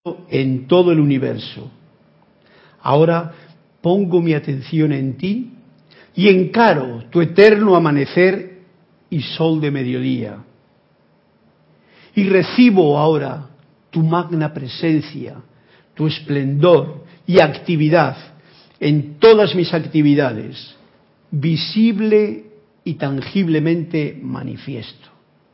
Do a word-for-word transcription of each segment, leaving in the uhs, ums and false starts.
en todo el universo. Ahora pongo mi atención en ti y encaro tu eterno amanecer y sol de mediodía. Y recibo ahora tu magna presencia, tu esplendor y actividad en todas mis actividades, visible y tangiblemente manifiesto.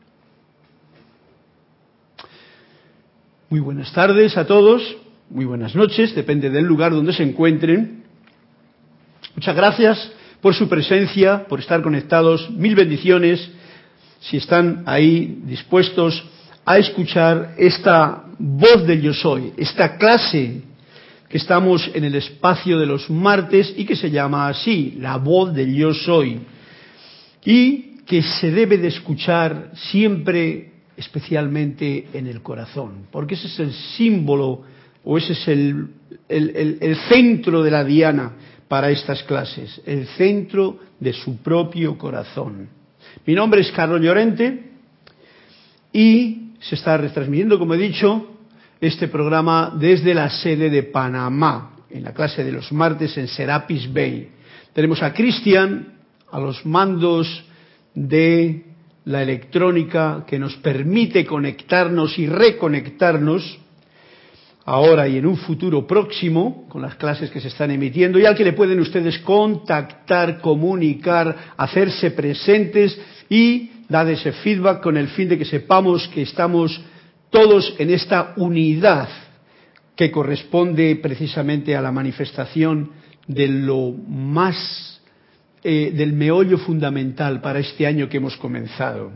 Muy buenas tardes a todos, muy buenas noches, depende del lugar donde se encuentren. Muchas gracias por su presencia, por estar conectados, mil bendiciones si están ahí dispuestos a escuchar esta voz del Yo Soy, esta clase que estamos en el espacio de los martes y que se llama así, la voz del Yo Soy, y que se debe de escuchar siempre, especialmente en el corazón, porque ese es el símbolo o ese es el, el, el, el centro de la diana para estas clases, el centro de su propio corazón. Mi nombre es Carlos Llorente y se está retransmitiendo, como he dicho, este programa desde la sede de Panamá, en la clase de los martes en Serapis Bay. Tenemos a Cristian a los mandos de la electrónica que nos permite conectarnos y reconectarnos ahora y en un futuro próximo con las clases que se están emitiendo y al que le pueden ustedes contactar, comunicar, hacerse presentes y dar ese feedback con el fin de que sepamos que estamos todos en esta unidad que corresponde precisamente a la manifestación de lo más, eh, del meollo fundamental para este año que hemos comenzado.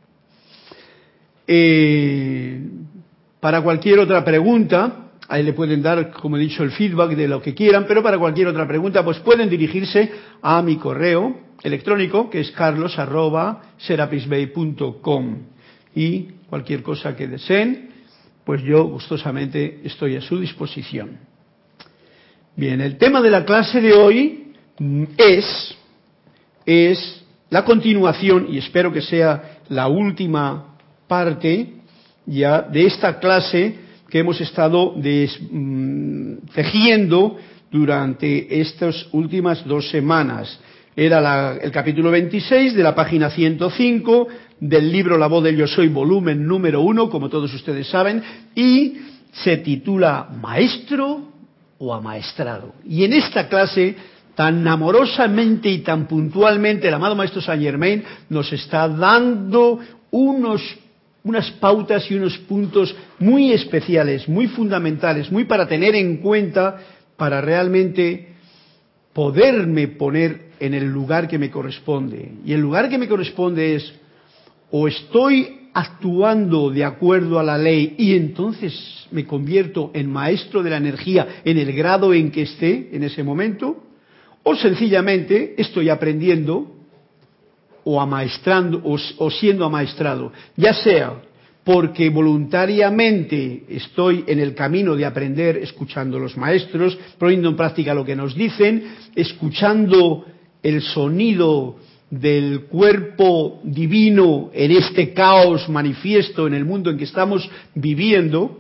Eh, para cualquier otra pregunta, ahí le pueden dar, como he dicho, el feedback de lo que quieran, pero para cualquier otra pregunta, pues pueden dirigirse a mi correo electrónico, que es carlos arroba serapisbay punto com, y cualquier cosa que deseen, pues yo gustosamente estoy a su disposición. Bien, el tema de la clase de hoy es, es la continuación, y espero que sea la última parte ya de esta clase que hemos estado des, mmm, tejiendo durante estas últimas dos semanas. Era la, el capítulo veintiséis de la página ciento cinco del libro La Voz del Yo Soy, volumen número uno, como todos ustedes saben, y se titula Maestro o Amaestrado. Y en esta clase, tan amorosamente y tan puntualmente, el amado Maestro Saint Germain nos está dando unos, unas pautas y unos puntos muy especiales, muy fundamentales, muy para tener en cuenta, para realmente poderme poner en el lugar que me corresponde. Y el lugar que me corresponde es, o estoy actuando de acuerdo a la ley y entonces me convierto en maestro de la energía en el grado en que esté en ese momento, o sencillamente estoy aprendiendo o amaestrando o, o siendo amaestrado, ya sea porque voluntariamente estoy en el camino de aprender escuchando a los maestros, poniendo en práctica lo que nos dicen, escuchando el sonido del cuerpo divino en este caos manifiesto en el mundo en que estamos viviendo.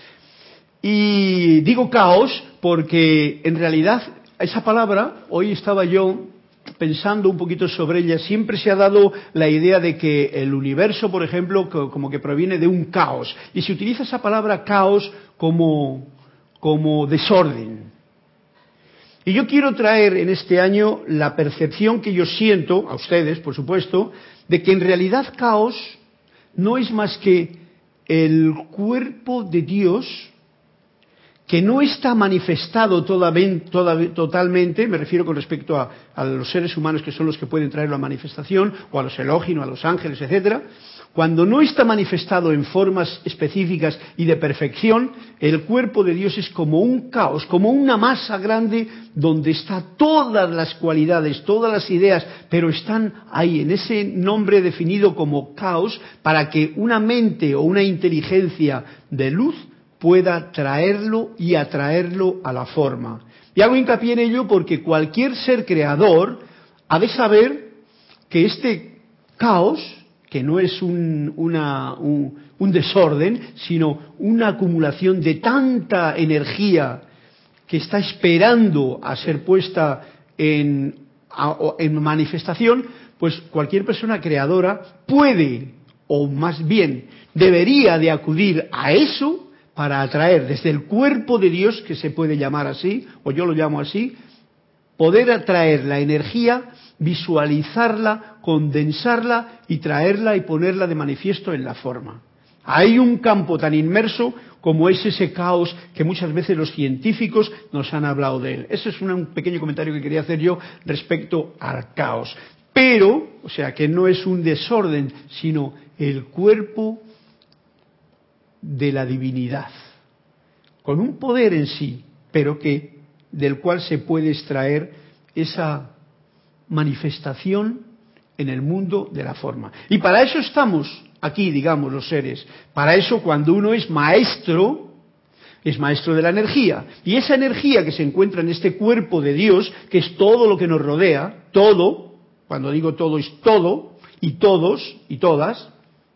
Y digo caos porque en realidad esa palabra, hoy estaba yo pensando un poquito sobre ella, siempre se ha dado la idea de que el universo, por ejemplo, como que proviene de un caos. Y se utiliza esa palabra caos como, como desorden. Y yo quiero traer en este año la percepción que yo siento, a ustedes, por supuesto, de que en realidad caos no es más que el cuerpo de Dios que no está manifestado toda, toda, totalmente, me refiero con respecto a, a los seres humanos que son los que pueden traer la manifestación, o a los Elohim, o a los ángeles, etcétera. Cuando no está manifestado en formas específicas y de perfección, el cuerpo de Dios es como un caos, como una masa grande donde están todas las cualidades, todas las ideas, pero están ahí, en ese nombre definido como caos, para que una mente o una inteligencia de luz pueda traerlo y atraerlo a la forma. Y hago hincapié en ello porque cualquier ser creador ha de saber que este caos, que no es un, una, un, un desorden, sino una acumulación de tanta energía que está esperando a ser puesta en, a, en manifestación, pues cualquier persona creadora puede, o más bien debería de acudir a eso para atraer desde el cuerpo de Dios, que se puede llamar así, o yo lo llamo así, poder atraer la energía, visualizarla, condensarla y traerla y ponerla de manifiesto en la forma. Hay un campo tan inmerso como es ese caos que muchas veces los científicos nos han hablado de él. Ese es un pequeño comentario que quería hacer yo respecto al caos. Pero, o sea, que no es un desorden, sino el cuerpo de la divinidad, con un poder en sí, pero que del cual se puede extraer esa manifestación en el mundo de la forma. Y para eso estamos aquí, digamos, los seres. Para eso, cuando uno es maestro, es maestro de la energía. Y esa energía que se encuentra en este cuerpo de Dios, que es todo lo que nos rodea, todo, cuando digo todo es todo, y todos y todas,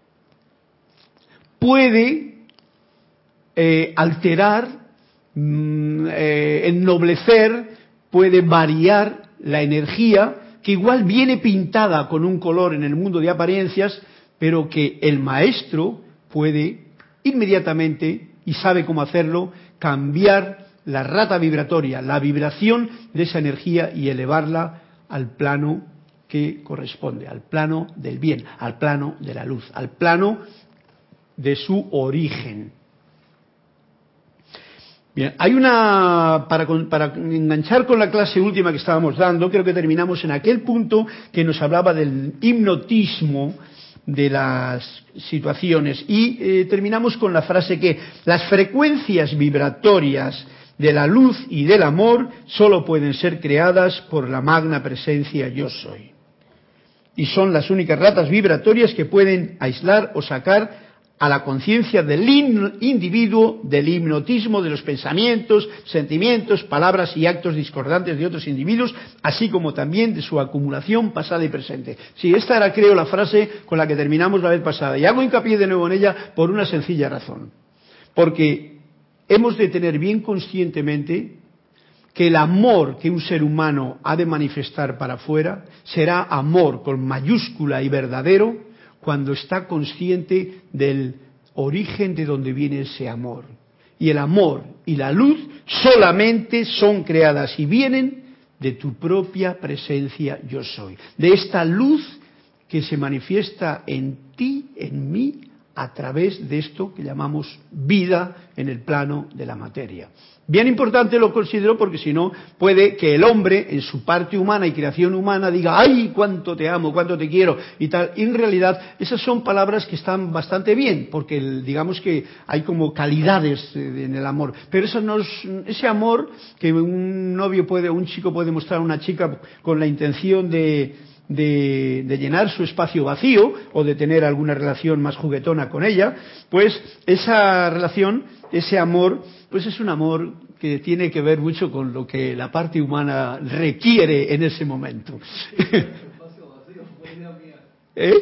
puede eh, alterar, mm, eh, ennoblecer, puede variar la energía, que igual viene pintada con un color en el mundo de apariencias, pero que el maestro puede inmediatamente, y sabe cómo hacerlo, cambiar la rata vibratoria, la vibración de esa energía y elevarla al plano que corresponde, al plano del bien, al plano de la luz, al plano de su origen. Bien, hay una, para, para enganchar con la clase última que estábamos dando, creo que terminamos en aquel punto que nos hablaba del hipnotismo de las situaciones y eh, terminamos con la frase que las frecuencias vibratorias de la luz y del amor solo pueden ser creadas por la magna presencia yo soy. Y son las únicas ratas vibratorias que pueden aislar o sacar a la conciencia del individuo del hipnotismo de los pensamientos, sentimientos, palabras y actos discordantes de otros individuos, así como también de su acumulación pasada y presente. Sí, esta era, creo, la frase con la que terminamos la vez pasada, y hago hincapié de nuevo en ella por una sencilla razón. Porque hemos de tener bien conscientemente que el amor que un ser humano ha de manifestar para afuera será amor con mayúscula y verdadero, cuando está consciente del origen de donde viene ese amor. Y el amor y la luz solamente son creadas y vienen de tu propia presencia yo soy. De esta luz que se manifiesta en ti, en mí, a través de esto que llamamos vida en el plano de la materia. Bien importante lo considero porque si no puede que el hombre en su parte humana y creación humana diga ¡ay, cuánto te amo, cuánto te quiero! Y tal. Y en realidad esas son palabras que están bastante bien porque el, digamos que hay como calidades en el amor. Pero eso no es, ese amor que un novio puede, un chico puede mostrar a una chica con la intención de De, de llenar su espacio vacío o de tener alguna relación más juguetona con ella, pues esa relación, ese amor, pues es un amor que tiene que ver mucho con lo que la parte humana requiere en ese momento. ¿Eh?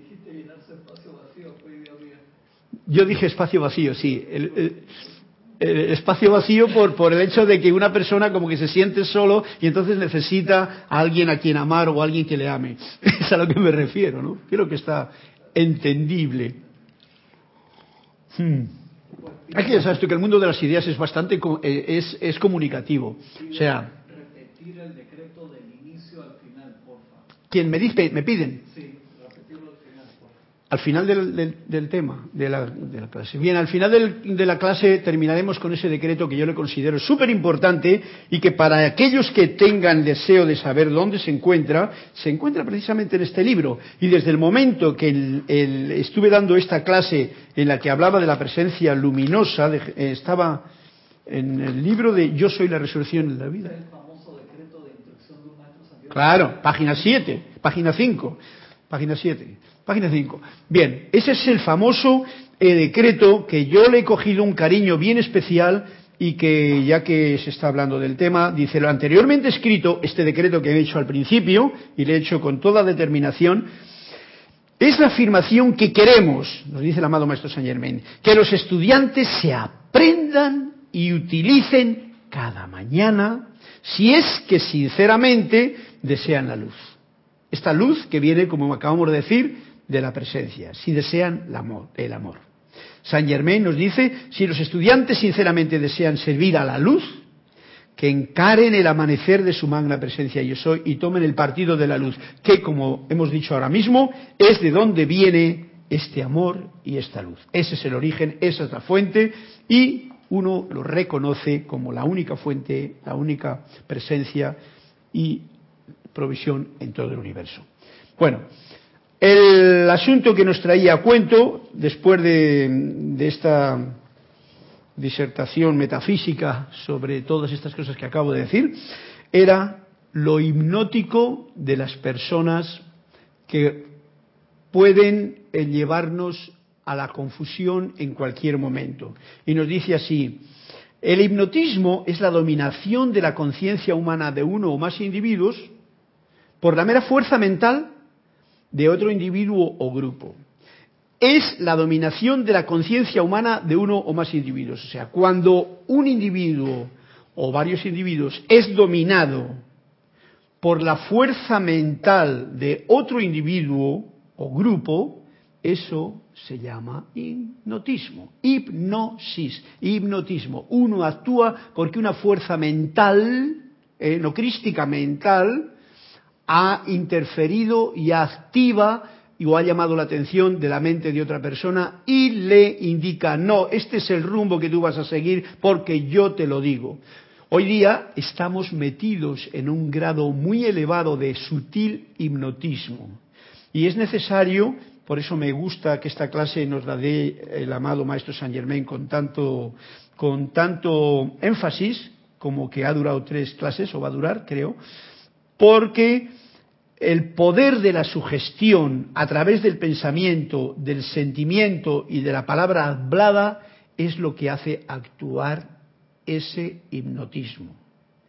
Yo dije espacio vacío, sí. El, el, el espacio vacío por, por el hecho de que una persona como que se siente solo y entonces necesita a alguien a quien amar o a alguien que le ame. Es a lo que me refiero, ¿no? Creo que está entendible. Hmm. Aquí ya sabes tú que el mundo de las ideas es bastante es, es comunicativo. O sea, repetir el decreto del inicio al final, porfa. ¿Quién me dice? ¿Me piden? Sí. Al final del, del, del tema, de la, de la clase. Bien, al final del, de la clase terminaremos con ese decreto que yo le considero súper importante y que para aquellos que tengan deseo de saber dónde se encuentra, se encuentra precisamente en este libro. Y desde el momento que el, el, estuve dando esta clase en la que hablaba de la presencia luminosa, de, eh, estaba en el libro de Yo soy la resurrección de la vida. El famoso decreto de instrucción de un maestro San. Claro, página siete, página cinco, página siete. Página cinco. Bien, ese es el famoso eh, decreto que yo le he cogido un cariño bien especial y que, ya que se está hablando del tema, dice lo anteriormente escrito, este decreto que he hecho al principio, y le he hecho con toda determinación, Es la afirmación que queremos, nos dice el amado Maestro Saint Germain, que los estudiantes se aprendan y utilicen cada mañana, si es que sinceramente desean la luz. Esta luz que viene, como acabamos de decir, de la presencia, si desean el amor. El amor. Saint Germain nos dice, si los estudiantes sinceramente desean servir a la luz, que encaren el amanecer de su magna presencia yo soy y tomen el partido de la luz, que como hemos dicho ahora mismo, es de donde viene este amor y esta luz. Ese es el origen, esa es la fuente, y uno lo reconoce como la única fuente, la única presencia y provisión en todo el universo. Bueno, el asunto que nos traía a cuento, después de, de esta disertación metafísica sobre todas estas cosas que acabo de decir, era lo hipnótico de las personas que pueden llevarnos a la confusión en cualquier momento. Y nos dice así: el hipnotismo es la dominación de la conciencia humana de uno o más individuos por la mera fuerza mental de otro individuo o grupo. Es la dominación de la conciencia humana de uno o más individuos. O sea, cuando un individuo o varios individuos es dominado por la fuerza mental de otro individuo o grupo, eso se llama hipnotismo, hipnosis, hipnotismo. Uno actúa porque una fuerza mental, eh, no crística mental, ha interferido y activa o ha llamado la atención de la mente de otra persona y le indica, no, este es el rumbo que tú vas a seguir porque yo te lo digo. Hoy día estamos metidos en un grado muy elevado de sutil hipnotismo y es necesario, por eso me gusta que esta clase nos la dé el amado Maestro Saint Germain con tanto, con tanto énfasis, como que ha durado tres clases o va a durar, creo, porque el poder de la sugestión a través del pensamiento, del sentimiento y de la palabra hablada es lo que hace actuar ese hipnotismo.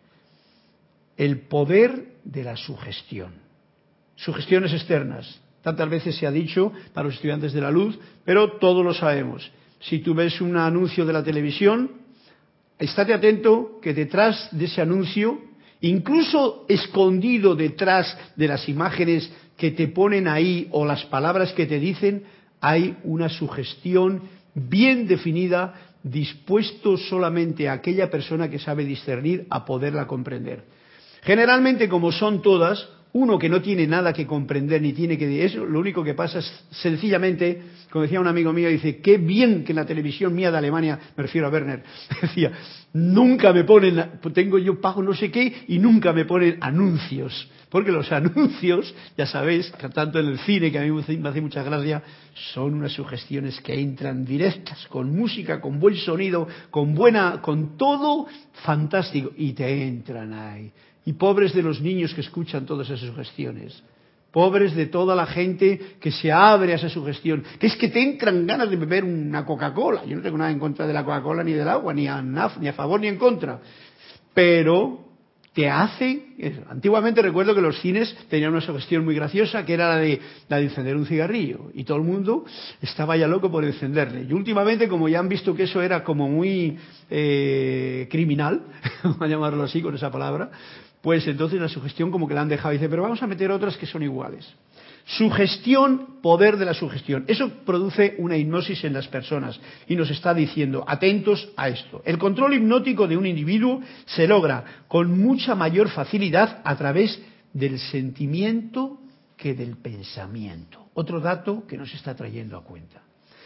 El poder de la sugestión. Sugestiones externas. Tantas veces se ha dicho para los estudiantes de la luz, pero todos lo sabemos. Si tú ves un anuncio de la televisión, estate atento que detrás de ese anuncio, incluso escondido detrás de las imágenes que te ponen ahí o las palabras que te dicen, hay una sugestión bien definida, dispuesto solamente a aquella persona que sabe discernir a poderla comprender. Generalmente, como son todas, uno que no tiene nada que comprender ni tiene que... Eso, lo único que pasa es sencillamente, como decía un amigo mío, dice, qué bien que en la televisión mía de Alemania, me refiero a Werner, decía, nunca me ponen, tengo yo pago no sé qué y nunca me ponen anuncios. Porque los anuncios, ya sabéis, tanto en el cine, que a mí me hace mucha gracia, son unas sugestiones que entran directas, con música, con buen sonido, con buena, con todo fantástico, y te entran ahí. Y pobres de los niños que escuchan todas esas sugestiones. Pobres de toda la gente que se abre a esa sugestión. Que es que te entran ganas de beber una Coca-Cola. Yo no tengo nada en contra de la Coca-Cola ni del agua, ni a, ni a favor ni en contra. Pero te hace... Antiguamente recuerdo que los cines tenían una sugestión muy graciosa, que era la de, la de encender un cigarrillo. Y todo el mundo estaba ya loco por encenderle. Y últimamente, como ya han visto que eso era como muy eh, criminal, vamos a llamarlo así con esa palabra, pues entonces la sugestión como que la han dejado. Y dice, pero vamos a meter otras que son iguales. Sugestión, poder de la sugestión. Eso produce una hipnosis en las personas y nos está diciendo, atentos a esto. El control hipnótico de un individuo se logra con mucha mayor facilidad a través del sentimiento que del pensamiento. Otro dato que nos está trayendo a cuenta.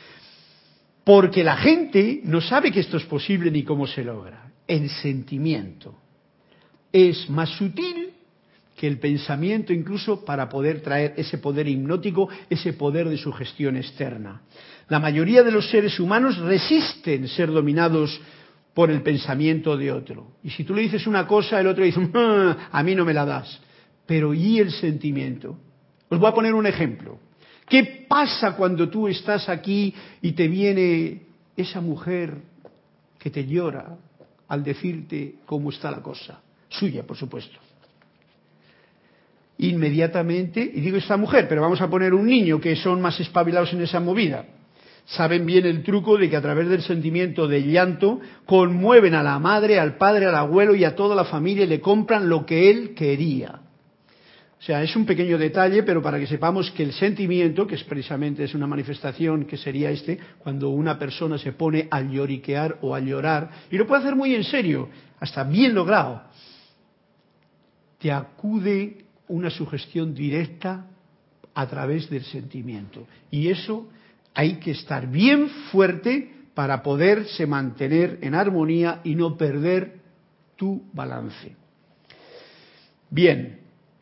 Porque la gente no sabe que esto es posible ni cómo se logra. El sentimiento es más sutil que el pensamiento, incluso para poder traer ese poder hipnótico, ese poder de sugestión externa. La mayoría de los seres humanos resisten ser dominados por el pensamiento de otro. Y si tú le dices una cosa, el otro dice, ah, a mí no me la das. Pero ¿y el sentimiento? Os voy a poner un ejemplo. ¿Qué pasa cuando tú estás aquí y te viene esa mujer que te llora al decirte cómo está la cosa? Suya, por supuesto. inmediatamente, y digo esta mujer, pero vamos a poner un niño que son más espabilados en esa movida, saben bien el truco de que a través del sentimiento de llanto conmueven a la madre, al padre, al abuelo y a toda la familia y le compran lo que él quería. O sea, es un pequeño detalle, pero para que sepamos que el sentimiento, que es precisamente es una manifestación que sería este, cuando una persona se pone a lloriquear o a llorar, y lo puede hacer muy en serio, hasta bien logrado, te acude una sugestión directa a través del sentimiento. Y eso hay que estar bien fuerte para poderse mantener en armonía y no perder tu balance. Bien.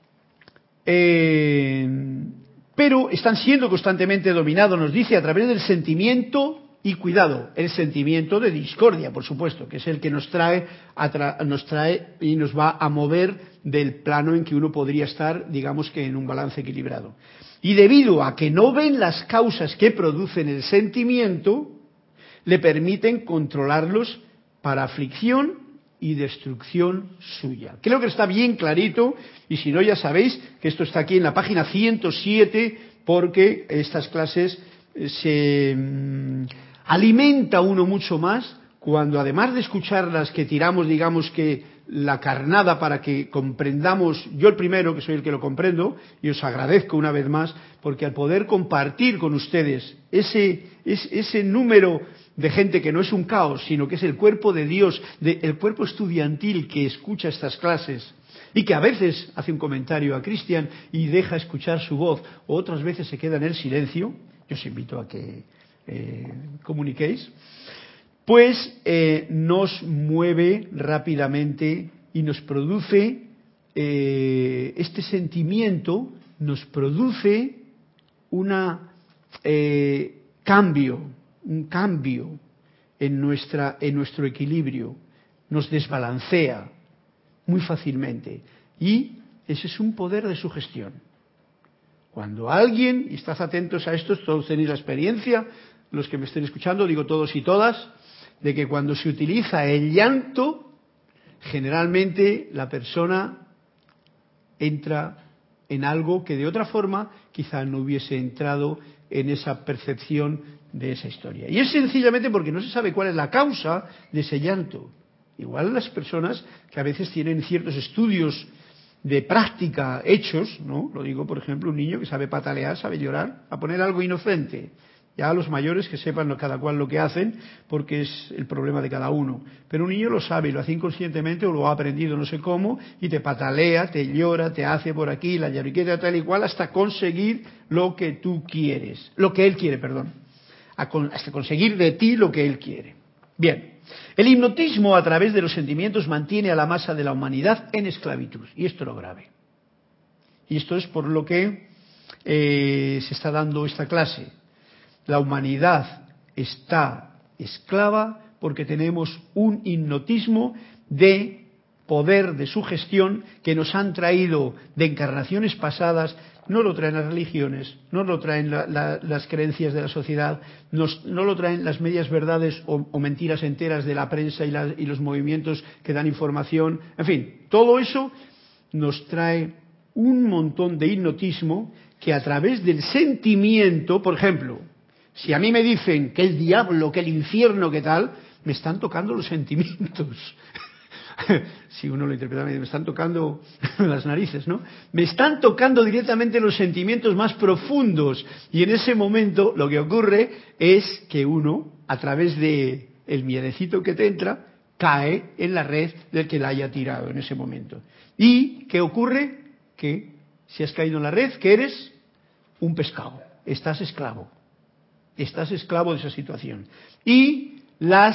Eh, pero están siendo constantemente dominados, nos dice, a través del sentimiento, y cuidado, el sentimiento de discordia, por supuesto, que es el que nos trae, nos trae y nos va a mover del plano en que uno podría estar, digamos que en un balance equilibrado. Y debido a que no ven las causas que producen el sentimiento, le permiten controlarlos para aflicción y destrucción suya. Creo que está bien clarito, y si no ya sabéis que esto está aquí en la página ciento siete, porque estas clases se mmm, alimenta uno mucho más cuando, además de escucharlas, que tiramos, digamos que la carnada para que comprendamos, yo el primero, que soy el que lo comprendo, y os agradezco una vez más, porque al poder compartir con ustedes ese, ese, ese número de gente que no es un caos, sino que es el cuerpo de Dios, de, el cuerpo estudiantil que escucha estas clases y que a veces hace un comentario a Cristian y deja escuchar su voz, o otras veces se queda en el silencio, yo os invito a que eh, comuniquéis, pues eh, nos mueve rápidamente y nos produce eh, este sentimiento, nos produce una eh, cambio, un cambio en nuestra en nuestro equilibrio, nos desbalancea muy fácilmente y ese es un poder de sugestión. Cuando alguien, y estad atentos a esto, todos tenéis la experiencia, los que me estén escuchando, digo todos y todas, de que cuando se utiliza el llanto, generalmente la persona entra en algo que de otra forma quizá no hubiese entrado en esa percepción de esa historia. Y es sencillamente porque no se sabe cuál es la causa de ese llanto. Igual las personas que a veces tienen ciertos estudios de práctica hechos, ¿no? Lo digo, por ejemplo, un niño que sabe patalear, sabe llorar, a poner algo inocente. Ya a los mayores que sepan cada cual lo que hacen, porque es el problema de cada uno. Pero un niño lo sabe, lo hace inconscientemente o lo ha aprendido no sé cómo, y te patalea, te llora, te hace por aquí, la lloriqueta tal y cual, hasta conseguir lo que tú quieres. Lo que él quiere, perdón. Hasta conseguir de ti lo que él quiere. Bien. El hipnotismo a través de los sentimientos mantiene a la masa de la humanidad en esclavitud. Y esto es lo grave. Y esto es por lo que eh, se está dando esta clase. La humanidad está esclava porque tenemos un hipnotismo de poder de sugestión que nos han traído de encarnaciones pasadas. No lo traen las religiones, no lo traen la, la, las creencias de la sociedad, nos, no lo traen las medias verdades o, o mentiras enteras de la prensa y, la, y los movimientos que dan información. En fin, todo eso nos trae un montón de hipnotismo que a través del sentimiento, por ejemplo, si a mí me dicen que el diablo, que el infierno, que tal, me están tocando los sentimientos. Si uno lo interpreta, me están tocando las narices, ¿no? Me están tocando directamente los sentimientos más profundos y en ese momento lo que ocurre es que uno, a través de el miedecito que te entra, cae en la red del que la haya tirado en ese momento. ¿Y qué ocurre? Que si has caído en la red, que eres un pescado, estás esclavo, estás esclavo de esa situación. Y las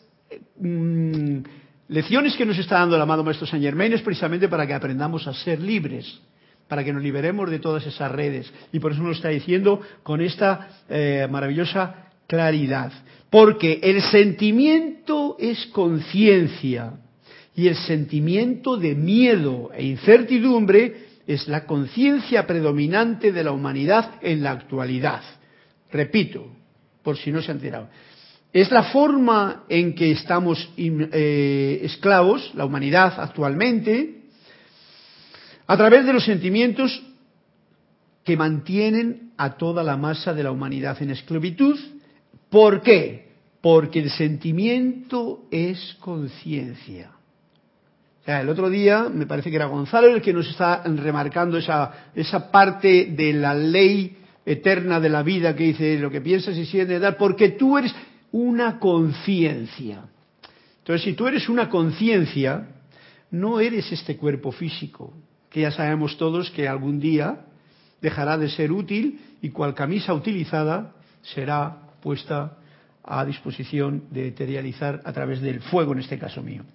mmm, lecciones que nos está dando el amado Maestro Saint Germain es precisamente para que aprendamos a ser libres, para que nos liberemos de todas esas redes. Y por eso nos está diciendo con esta eh, maravillosa claridad. Porque el sentimiento es conciencia y el sentimiento de miedo e incertidumbre es la conciencia predominante de la humanidad en la actualidad. Repito, por si no se han enterado. Es la forma en que estamos eh, esclavos, la humanidad actualmente, a través de los sentimientos que mantienen a toda la masa de la humanidad en esclavitud. ¿Por qué? Porque el sentimiento es conciencia. O sea, el otro día me parece que era Gonzalo el que nos está remarcando esa, esa parte de la ley eterna de la vida que dice lo que piensas y sientes, dar, porque tú eres una conciencia. Entonces, si tú eres una conciencia, no eres este cuerpo físico, que ya sabemos todos que algún día dejará de ser útil y cual camisa utilizada será puesta a disposición de materializar a través del fuego, en este caso mío.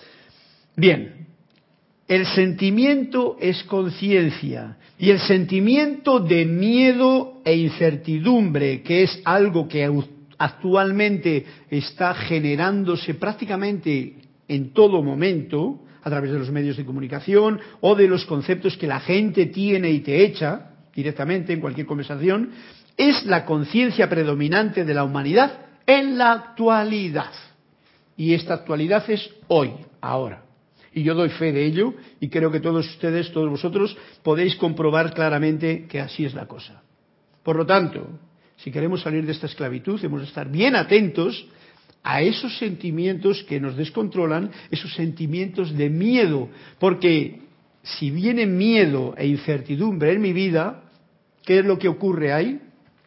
Bien, el sentimiento es conciencia y el sentimiento de miedo e incertidumbre, que es algo que actualmente está generándose prácticamente en todo momento a través de los medios de comunicación o de los conceptos que la gente tiene y te echa directamente en cualquier conversación, es la conciencia predominante de la humanidad en la actualidad. Y esta actualidad es hoy, ahora. Y yo doy fe de ello y creo que todos ustedes, todos vosotros, podéis comprobar claramente que así es la cosa. Por lo tanto, si queremos salir de esta esclavitud, hemos de estar bien atentos a esos sentimientos que nos descontrolan, esos sentimientos de miedo, porque si viene miedo e incertidumbre en mi vida, ¿qué es lo que ocurre ahí?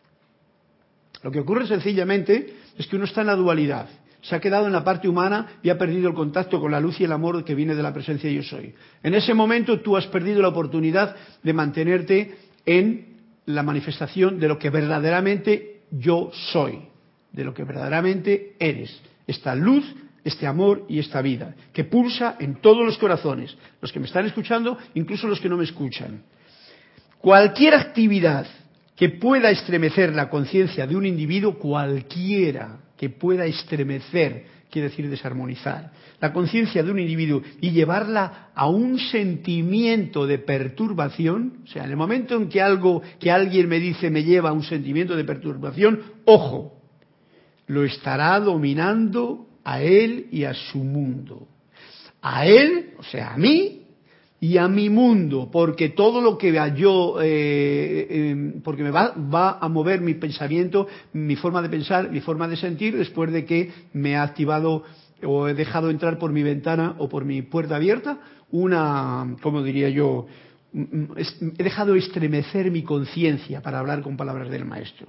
Lo que ocurre sencillamente es que uno está en la dualidad, se ha quedado en la parte humana y ha perdido el contacto con la luz y el amor que viene de la presencia de yo soy. En ese momento tú has perdido la oportunidad de mantenerte en la manifestación de lo que verdaderamente yo soy, de lo que verdaderamente eres, esta luz, este amor y esta vida, que pulsa en todos los corazones, los que me están escuchando, incluso los que no me escuchan. Cualquier actividad que pueda estremecer la conciencia de un individuo, cualquiera que pueda estremecer, quiere decir desarmonizar, la conciencia de un individuo y llevarla a un sentimiento de perturbación, o sea, en el momento en que algo que alguien me dice me lleva a un sentimiento de perturbación, ojo, lo estará dominando a él y a su mundo. A él, o sea, a mí y a mi mundo, porque todo lo que yo, eh, eh, porque me va, va a mover mi pensamiento, mi forma de pensar, mi forma de sentir, después de que me ha activado o he dejado entrar por mi ventana o por mi puerta abierta una, ¿cómo diría yo? He dejado estremecer mi conciencia, para hablar con palabras del maestro.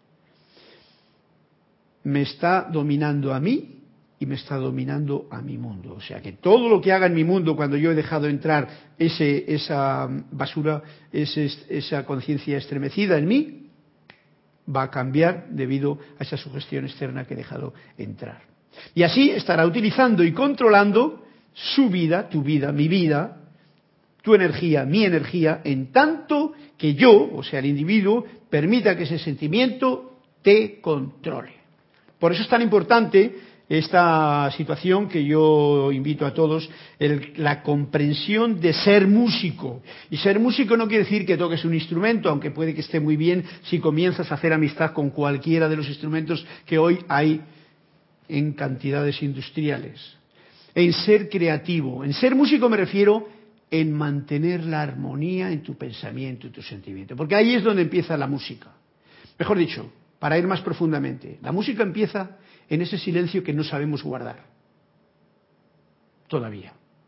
Me está dominando a mí y me está dominando a mi mundo. O sea que todo lo que haga en mi mundo cuando yo he dejado entrar ese, esa basura, ese, esa conciencia estremecida en mí, va a cambiar debido a esa sugestión externa que he dejado entrar. Y así estará utilizando y controlando su vida, tu vida, mi vida, tu energía, mi energía, en tanto que yo, o sea el individuo, permita que ese sentimiento te controle. Por eso es tan importante esta situación que yo invito a todos, el, la comprensión de ser músico. Y ser músico no quiere decir que toques un instrumento, aunque puede que esté muy bien si comienzas a hacer amistad con cualquiera de los instrumentos que hoy hay en cantidades industriales. En ser creativo. En ser músico me refiero en mantener la armonía en tu pensamiento y tu sentimiento. Porque ahí es donde empieza la música. Mejor dicho, para ir más profundamente, la música empieza en ese silencio que no sabemos guardar. Todavía.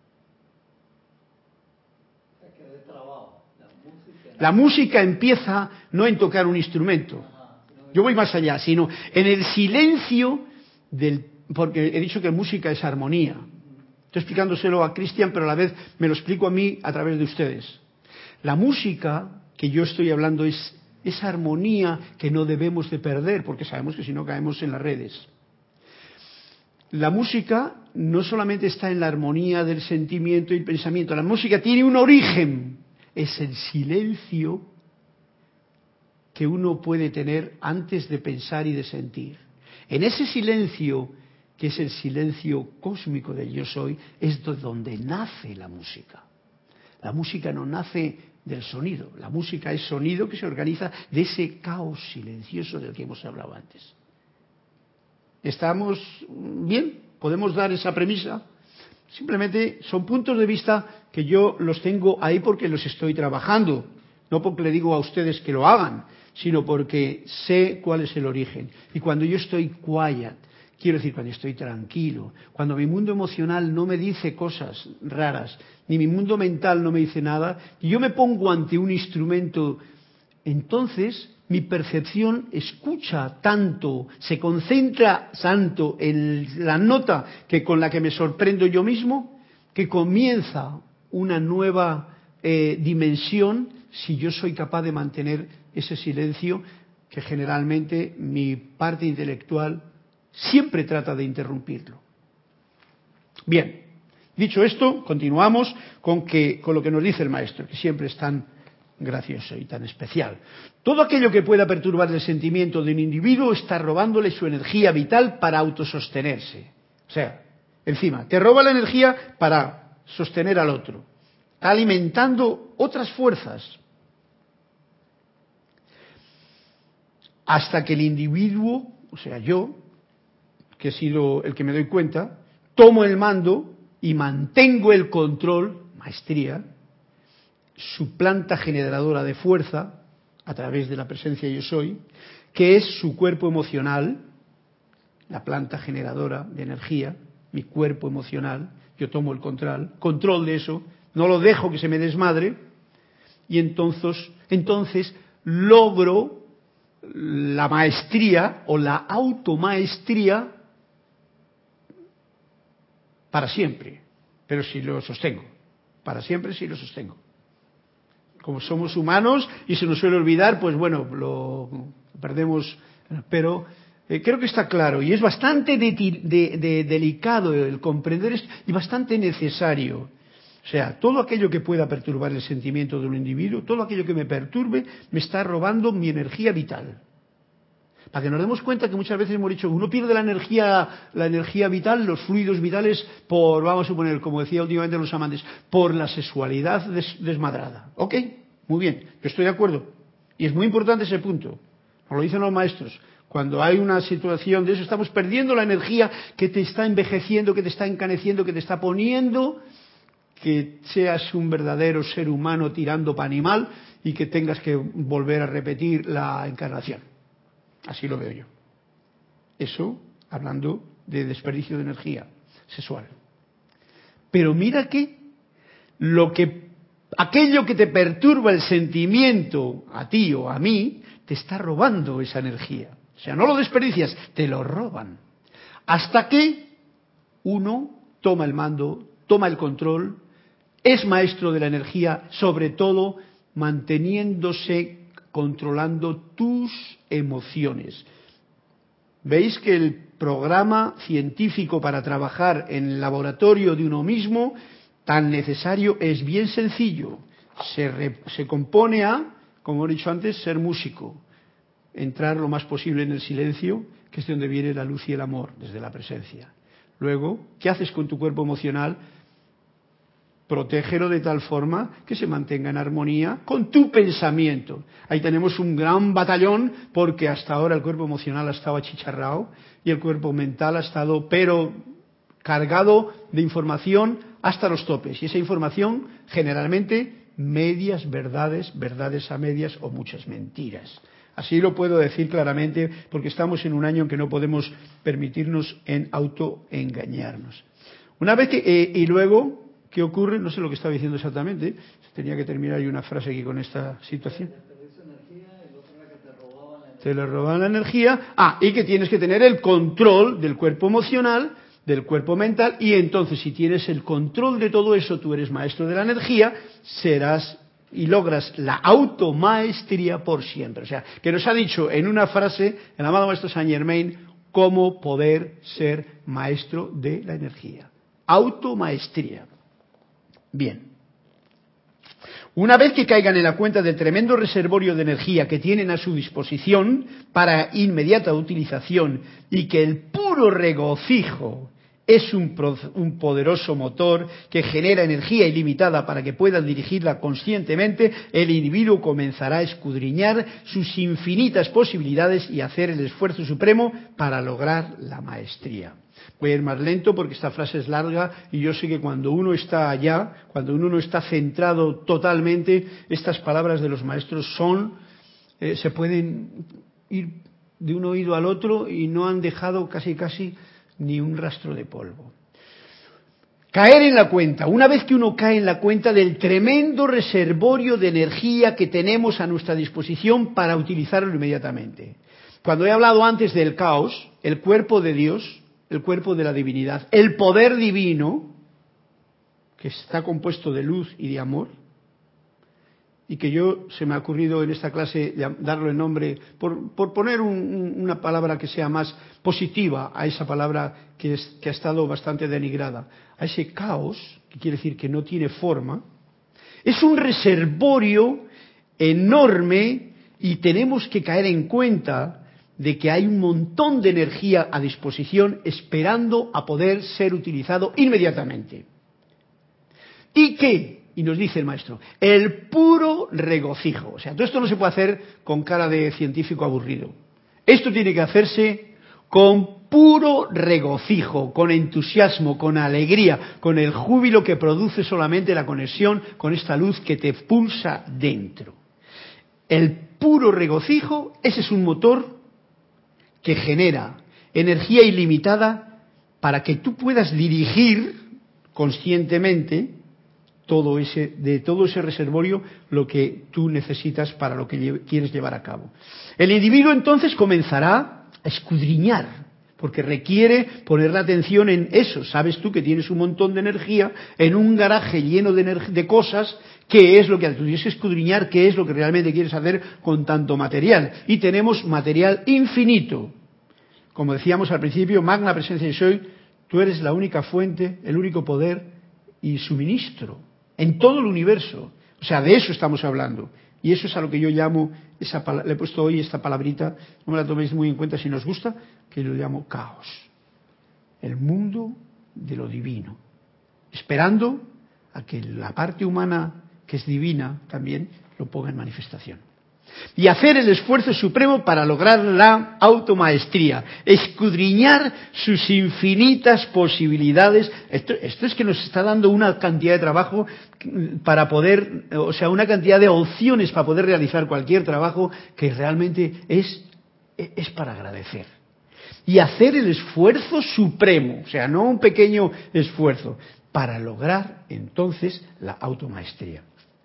La música empieza no en tocar un instrumento. Yo voy más allá, sino en el silencio del... Porque he dicho que música es armonía. Estoy explicándoselo a Cristian, pero a la vez me lo explico a mí a través de ustedes. La música que yo estoy hablando es esa armonía que no debemos de perder, porque sabemos que si no caemos en las redes. La música no solamente está en la armonía del sentimiento y el pensamiento, la música tiene un origen, es el silencio que uno puede tener antes de pensar y de sentir. En ese silencio, que es el silencio cósmico del yo soy, es donde nace la música. La música no nace del sonido, la música es sonido que se organiza de ese caos silencioso del que hemos hablado antes. ¿Estamos bien? ¿Podemos dar esa premisa? Simplemente son puntos de vista que yo los tengo ahí porque los estoy trabajando, no porque le digo a ustedes que lo hagan, sino porque sé cuál es el origen. Y cuando yo estoy quiet, quiero decir cuando estoy tranquilo, cuando mi mundo emocional no me dice cosas raras, ni mi mundo mental no me dice nada, y yo me pongo ante un instrumento, entonces mi percepción escucha tanto, se concentra tanto en la nota que con la que me sorprendo yo mismo, que comienza una nueva eh, dimensión si yo soy capaz de mantener ese silencio que generalmente mi parte intelectual siempre trata de interrumpirlo. Bien, dicho esto, continuamos con, que, con lo que nos dice el maestro, que siempre es tan gracioso y tan especial. Todo aquello que pueda perturbar el sentimiento de un individuo está robándole su energía vital para autosostenerse. O sea, encima, te roba la energía para sostener al otro. Está alimentando otras fuerzas. Hasta que el individuo, o sea, yo, que he sido el que me doy cuenta, tomo el mando y mantengo el control, maestría, su planta generadora de fuerza, a través de la presencia yo soy, que es su cuerpo emocional, la planta generadora de energía, mi cuerpo emocional, yo tomo el control, control de eso, no lo dejo que se me desmadre, y entonces, entonces logro la maestría o la automaestría para siempre, pero si lo sostengo, para siempre si lo sostengo. Como somos humanos y se nos suele olvidar, pues bueno, lo perdemos, pero eh, creo que está claro y es bastante de, de, de, delicado el comprender esto y bastante necesario. O sea, todo aquello que pueda perturbar el sentimiento de un individuo, todo aquello que me perturbe, me está robando mi energía vital. Para que nos demos cuenta que muchas veces hemos dicho, uno pierde la energía, la energía vital, los fluidos vitales, por, vamos a suponer, como decía últimamente los amantes, por la sexualidad des, desmadrada. ¿Ok? Muy bien, yo estoy de acuerdo. Y es muy importante ese punto. Nos lo dicen los maestros. Cuando hay una situación de eso, estamos perdiendo la energía que te está envejeciendo, que te está encaneciendo, que te está poniendo que seas un verdadero ser humano tirando para animal y que tengas que volver a repetir la encarnación. Así lo veo yo. Eso hablando de desperdicio de energía sexual. Pero mira que lo que aquello que te perturba el sentimiento a ti o a mí te está robando esa energía. O sea, no lo desperdicias, te lo roban. Hasta que uno toma el mando, toma el control, es maestro de la energía, sobre todo manteniéndose, controlando tus emociones. ¿Veis que el programa científico para trabajar en el laboratorio de uno mismo, tan necesario, es bien sencillo? Se, re, se compone a, como he dicho antes, ser músico, entrar lo más posible en el silencio, que es de donde viene la luz y el amor, desde la presencia. Luego, ¿qué haces con tu cuerpo emocional? Protégelo de tal forma que se mantenga en armonía con tu pensamiento. Ahí tenemos un gran batallón porque hasta ahora el cuerpo emocional ha estado achicharrado y el cuerpo mental ha estado, pero cargado de información hasta los topes. Y esa información generalmente medias verdades, verdades a medias o muchas mentiras. Así lo puedo decir claramente porque estamos en un año en que no podemos permitirnos en autoengañarnos. Una vez que, eh, y luego, ¿qué ocurre? No sé lo que estaba diciendo exactamente. Tenía que terminar yo una frase aquí con esta situación. Te le roban la energía. Ah, y que tienes que tener el control del cuerpo emocional, del cuerpo mental, y entonces si tienes el control de todo eso, tú eres maestro de la energía, serás y logras la automaestría por siempre. O sea, que nos ha dicho en una frase el amado maestro Saint Germain cómo poder ser maestro de la energía. Automaestría. Bien. Una vez que caigan en la cuenta del tremendo reservorio de energía que tienen a su disposición para inmediata utilización y que el puro regocijo Es un, un poderoso motor que genera energía ilimitada para que puedan dirigirla conscientemente. El individuo comenzará a escudriñar sus infinitas posibilidades y hacer el esfuerzo supremo para lograr la maestría. Voy a ir más lento porque esta frase es larga y yo sé que cuando uno está allá, cuando uno no está centrado totalmente, estas palabras de los maestros son, eh, se pueden ir de un oído al otro y no han dejado casi casi ni un rastro de polvo. Caer en la cuenta, una vez que uno cae en la cuenta del tremendo reservorio de energía que tenemos a nuestra disposición para utilizarlo inmediatamente. Cuando he hablado antes del caos, el cuerpo de Dios, el cuerpo de la divinidad, el poder divino, que está compuesto de luz y de amor, y que yo se me ha ocurrido en esta clase darle el nombre, por, por poner un, un, una palabra que sea más positiva a esa palabra que, es, que ha estado bastante denigrada, a ese caos, que quiere decir que no tiene forma, es un reservorio enorme y tenemos que caer en cuenta de que hay un montón de energía a disposición esperando a poder ser utilizado inmediatamente. ¿Y qué? Y nos dice el maestro, el puro regocijo. O sea, todo esto no se puede hacer con cara de científico aburrido. Esto tiene que hacerse con puro regocijo, con entusiasmo, con alegría, con el júbilo que produce solamente la conexión con esta luz que te pulsa dentro. El puro regocijo, ese es un motor que genera energía ilimitada para que tú puedas dirigir conscientemente todo ese, de todo ese reservorio lo que tú necesitas para lo que lle- quieres llevar a cabo. El individuo entonces comenzará a escudriñar, porque requiere poner la atención en eso. Sabes tú que tienes un montón de energía en un garaje lleno de, ener- de cosas, ¿qué es lo que tú tienes que escudriñar? ¿Qué es lo que realmente quieres hacer con tanto material? Y tenemos material infinito. Como decíamos al principio, magna presencia de soy, tú eres la única fuente, el único poder y suministro en todo el universo. O sea, de eso estamos hablando. Y eso es a lo que yo llamo, esa pala- le he puesto hoy esta palabrita, no me la toméis muy en cuenta si nos gusta, que lo llamo caos. El mundo de lo divino. Esperando a que la parte humana, que es divina también, lo ponga en manifestación. Y hacer el esfuerzo supremo para lograr la automaestría, escudriñar sus infinitas posibilidades. Esto, esto es que nos está dando una cantidad de trabajo para poder, o sea, una cantidad de opciones para poder realizar cualquier trabajo que realmente es, es para agradecer. Y hacer el esfuerzo supremo, o sea, no un pequeño esfuerzo, para lograr entonces la automaestría.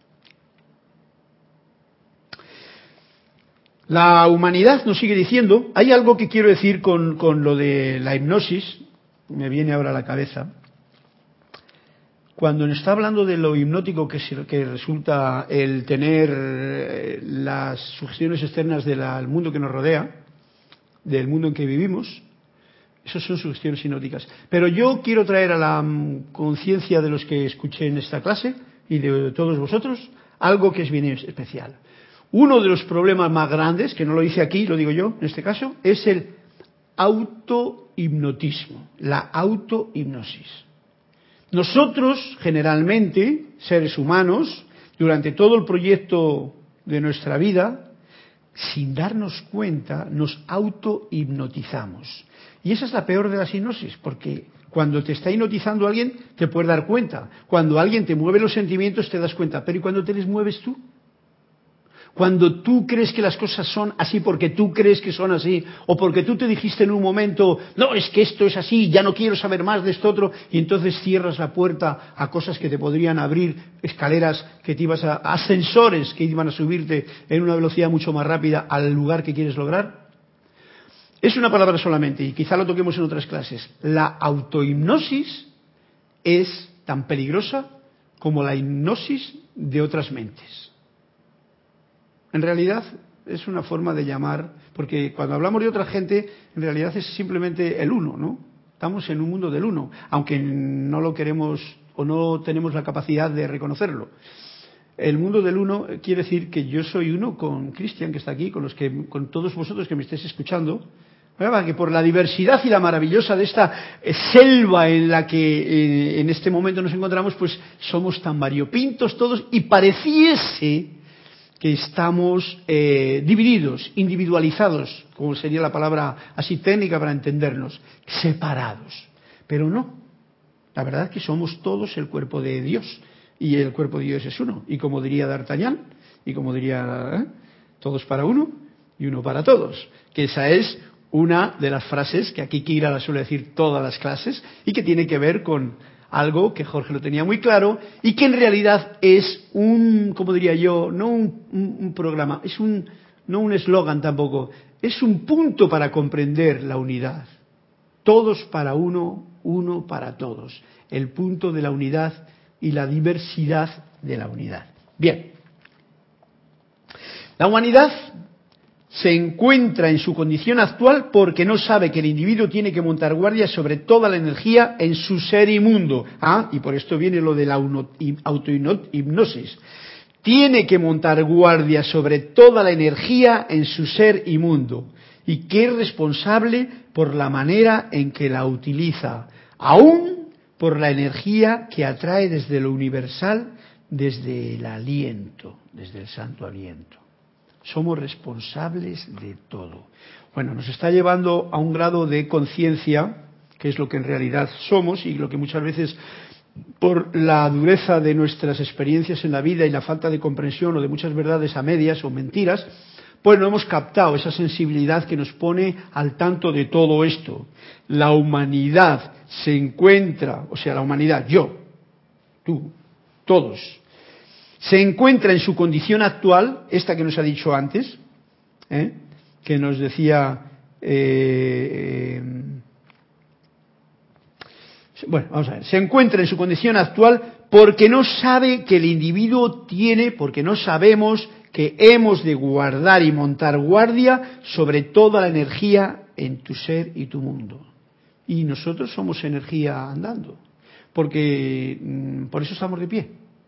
La humanidad nos sigue diciendo, hay algo que quiero decir con, con lo de la hipnosis, me viene ahora a la cabeza, cuando nos está hablando de lo hipnótico que, que resulta el tener las sugestiones externas del mundo que nos rodea, del mundo en que vivimos, esas son sugestiones hipnóticas. Pero yo quiero traer a la conciencia de los que escuchen esta clase y de todos vosotros algo que es bien especial. Uno de los problemas más grandes, que no lo dice aquí, lo digo yo en este caso, es el autohipnotismo, la autohipnosis. Nosotros, generalmente, seres humanos, durante todo el proyecto de nuestra vida, sin darnos cuenta, nos autohipnotizamos. Y esa es la peor de las hipnosis, porque cuando te está hipnotizando alguien, te puedes dar cuenta. Cuando alguien te mueve los sentimientos, te das cuenta. Pero ¿y cuando te les mueves tú? Cuando tú crees que las cosas son así porque tú crees que son así, o porque tú te dijiste en un momento, no, es que esto es así, ya no quiero saber más de esto otro, y entonces cierras la puerta a cosas que te podrían abrir, escaleras que te ibas a, ascensores que iban a subirte en una velocidad mucho más rápida al lugar que quieres lograr. Es una palabra solamente, y quizá lo toquemos en otras clases. La autohipnosis es tan peligrosa como la hipnosis de otras mentes. En realidad es una forma de llamar, porque cuando hablamos de otra gente, en realidad es simplemente el uno, ¿no? Estamos en un mundo del uno, aunque no lo queremos o no tenemos la capacidad de reconocerlo. El mundo del uno quiere decir que yo soy uno con Cristian, que está aquí, con los que, con todos vosotros que me estéis escuchando, ¿verdad? Que por la diversidad y la maravillosa de esta selva en la que eh, en este momento nos encontramos, pues somos tan variopintos todos y pareciese que estamos eh, divididos, individualizados, como sería la palabra así técnica para entendernos, separados. Pero no, la verdad es que somos todos el cuerpo de Dios y el cuerpo de Dios es uno. Y como diría D'Artagnan, y como diría ¿eh? todos para uno y uno para todos, que esa es una de las frases que aquí Kira la suele decir todas las clases y que tiene que ver con algo que Jorge lo tenía muy claro y que en realidad es un, como diría yo, no un, un, un programa, es un, no un eslogan tampoco, es un punto para comprender la unidad. Todos para uno, uno para todos. El punto de la unidad y la diversidad de la unidad. Bien. La humanidad se encuentra en su condición actual porque no sabe que el individuo tiene que montar guardia sobre toda la energía en su ser inmundo. Ah, y por esto viene lo de la autohipnosis. Tiene que montar guardia sobre toda la energía en su ser inmundo y que es responsable por la manera en que la utiliza, aún por la energía que atrae desde lo universal, desde el aliento, desde el santo aliento. Somos responsables de todo. Bueno, nos está llevando a un grado de conciencia, que es lo que en realidad somos y lo que muchas veces, por la dureza de nuestras experiencias en la vida y la falta de comprensión o de muchas verdades a medias o mentiras, pues no hemos captado esa sensibilidad que nos pone al tanto de todo esto. La humanidad se encuentra, o sea, la humanidad, yo, tú, todos, se encuentra en su condición actual, esta que nos ha dicho antes, ¿eh? que nos decía, eh, eh, bueno, vamos a ver, se encuentra en su condición actual porque no sabe que el individuo tiene, porque no sabemos que hemos de guardar y montar guardia sobre toda la energía en tu ser y tu mundo. Y nosotros somos energía andando, porque mm, por eso estamos de pie.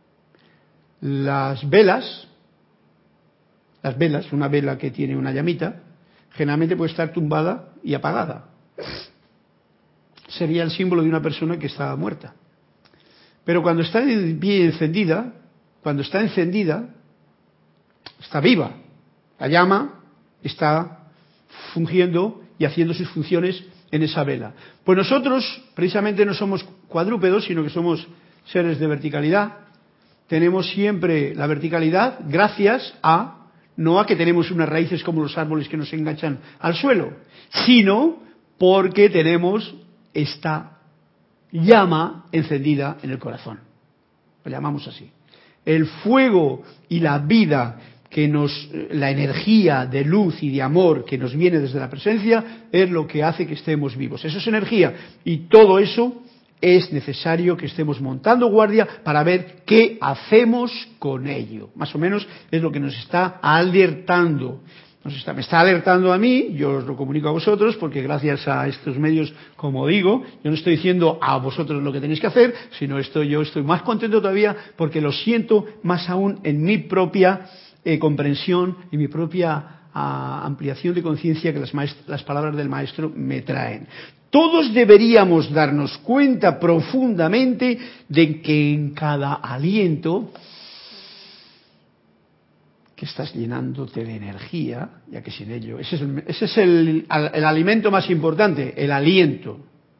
Las velas, las velas, una vela que tiene una llamita, generalmente puede estar tumbada y apagada. Sería el símbolo de una persona que está muerta. Pero cuando está en pie encendida, cuando está encendida, está viva. La llama está fungiendo y haciendo sus funciones en esa vela. Pues nosotros precisamente no somos cuadrúpedos, sino que somos seres de verticalidad. Tenemos siempre la verticalidad gracias a, no a que tenemos unas raíces como los árboles que nos enganchan al suelo, sino porque tenemos esta llama encendida en el corazón. Lo llamamos así. El fuego y la vida que nos, la energía de luz y de amor que nos viene desde la presencia es lo que hace que estemos vivos. Eso es energía y todo eso es necesario que estemos montando guardia para ver qué hacemos con ello. Más o menos es lo que nos está alertando. Nos está, me está alertando a mí, yo os lo comunico a vosotros, porque gracias a estos medios, como digo, yo no estoy diciendo a vosotros lo que tenéis que hacer, sino esto, yo estoy más contento todavía porque lo siento más aún en mi propia eh, comprensión y mi propia a ampliación de conciencia que las, las palabras del maestro me traen. Todos deberíamos darnos cuenta profundamente de que en cada aliento que estás llenándote de energía, ya que sin ello, ese es, el, ese es el, el alimento más importante, el aliento.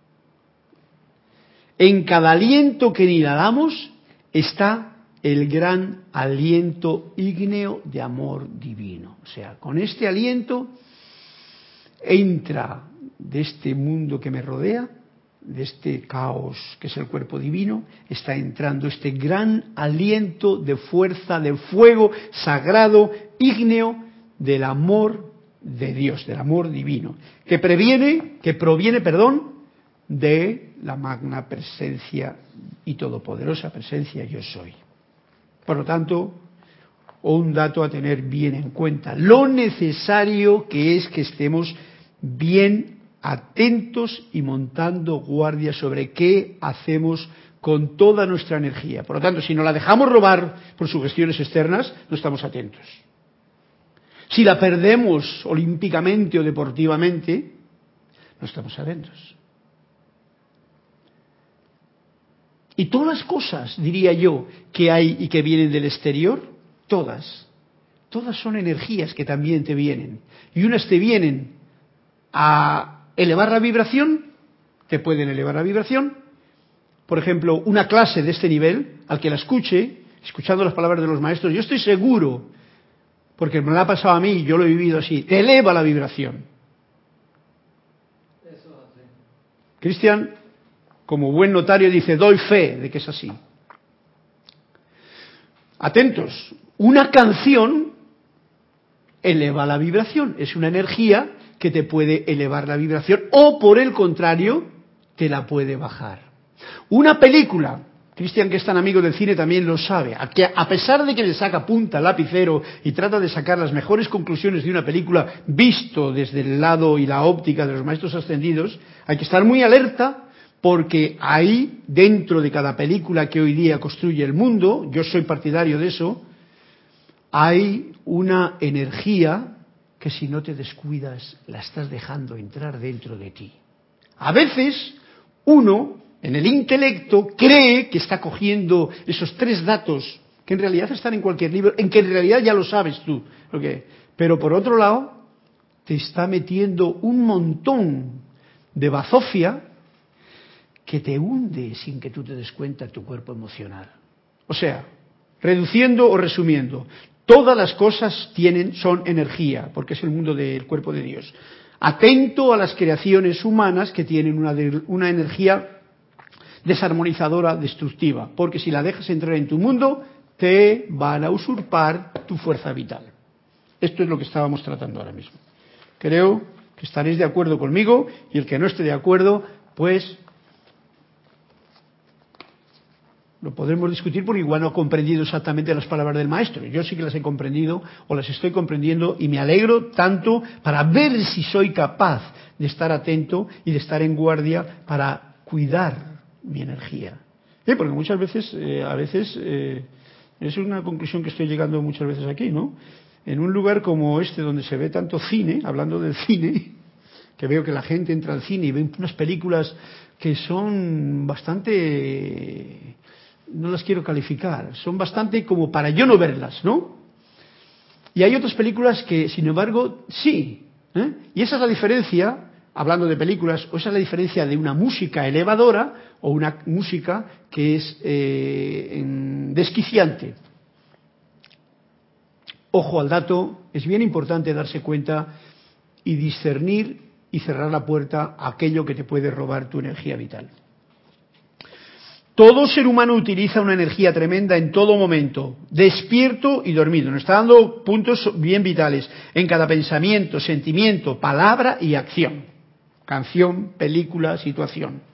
En cada aliento que inhalamos está el gran aliento ígneo de amor divino. O sea, con este aliento entra de este mundo que me rodea, de este caos que es el cuerpo divino, está entrando este gran aliento de fuerza, de fuego sagrado, ígneo del amor de Dios, del amor divino, que previene, que proviene, perdón, de la magna presencia y todopoderosa presencia yo soy. Por lo tanto, un dato a tener bien en cuenta, lo necesario que es que estemos bien atentos y montando guardia sobre qué hacemos con toda nuestra energía. Por lo tanto, si no la dejamos robar por sugestiones externas, no estamos atentos. Si la perdemos olímpicamente o deportivamente, no estamos atentos. Y todas las cosas, diría yo, que hay y que vienen del exterior, todas, todas son energías que también te vienen. Y unas te vienen a elevar la vibración, te pueden elevar la vibración. Por ejemplo, una clase de este nivel, al que la escuche, escuchando las palabras de los maestros, yo estoy seguro, porque me la ha pasado a mí, yo lo he vivido así, te eleva la vibración. Cristian, como buen notario, dice, doy fe de que es así. Atentos, una canción eleva la vibración, es una energía que te puede elevar la vibración o por el contrario, te la puede bajar. Una película, Cristian, que es tan amigo del cine, también lo sabe, a, que a pesar de que le saca punta al lapicero y trata de sacar las mejores conclusiones de una película visto desde el lado y la óptica de los maestros ascendidos, hay que estar muy alerta porque ahí, dentro de cada película que hoy día construye el mundo, yo soy partidario de eso, hay una energía que si no te descuidas la estás dejando entrar dentro de ti. A veces uno, en el intelecto, cree que está cogiendo esos tres datos que en realidad están en cualquier libro, en que en realidad ya lo sabes tú, okay. Pero por otro lado, te está metiendo un montón de bazofia que te hunde sin que tú te des cuenta tu cuerpo emocional. O sea, reduciendo o resumiendo, todas las cosas tienen, son energía, porque es el mundo del cuerpo de Dios. Atento a las creaciones humanas que tienen una, de, una energía desarmonizadora, destructiva, porque si la dejas entrar en tu mundo, te van a usurpar tu fuerza vital. Esto es lo que estábamos tratando ahora mismo. Creo que estaréis de acuerdo conmigo, y el que no esté de acuerdo, pues lo podremos discutir porque igual no he comprendido exactamente las palabras del maestro. Yo sí que las he comprendido o las estoy comprendiendo y me alegro tanto para ver si soy capaz de estar atento y de estar en guardia para cuidar mi energía. ¿Eh? Porque muchas veces, eh, a veces, eh, es una conclusión que estoy llegando muchas veces aquí, ¿no? En un lugar como este donde se ve tanto cine, hablando del cine, que veo que la gente entra al cine y ve unas películas que son bastante... no las quiero calificar, son bastante como para yo no verlas, ¿no? Y hay otras películas que, sin embargo, sí. ¿eh? Y esa es la diferencia, hablando de películas, o esa es la diferencia de una música elevadora o una música que es eh, desquiciante. Ojo al dato, es bien importante darse cuenta y discernir y cerrar la puerta a aquello que te puede robar tu energía vital. Todo ser humano utiliza una energía tremenda en todo momento, despierto y dormido. Nos está dando puntos bien vitales en cada pensamiento, sentimiento, palabra y acción. Canción, película, situación.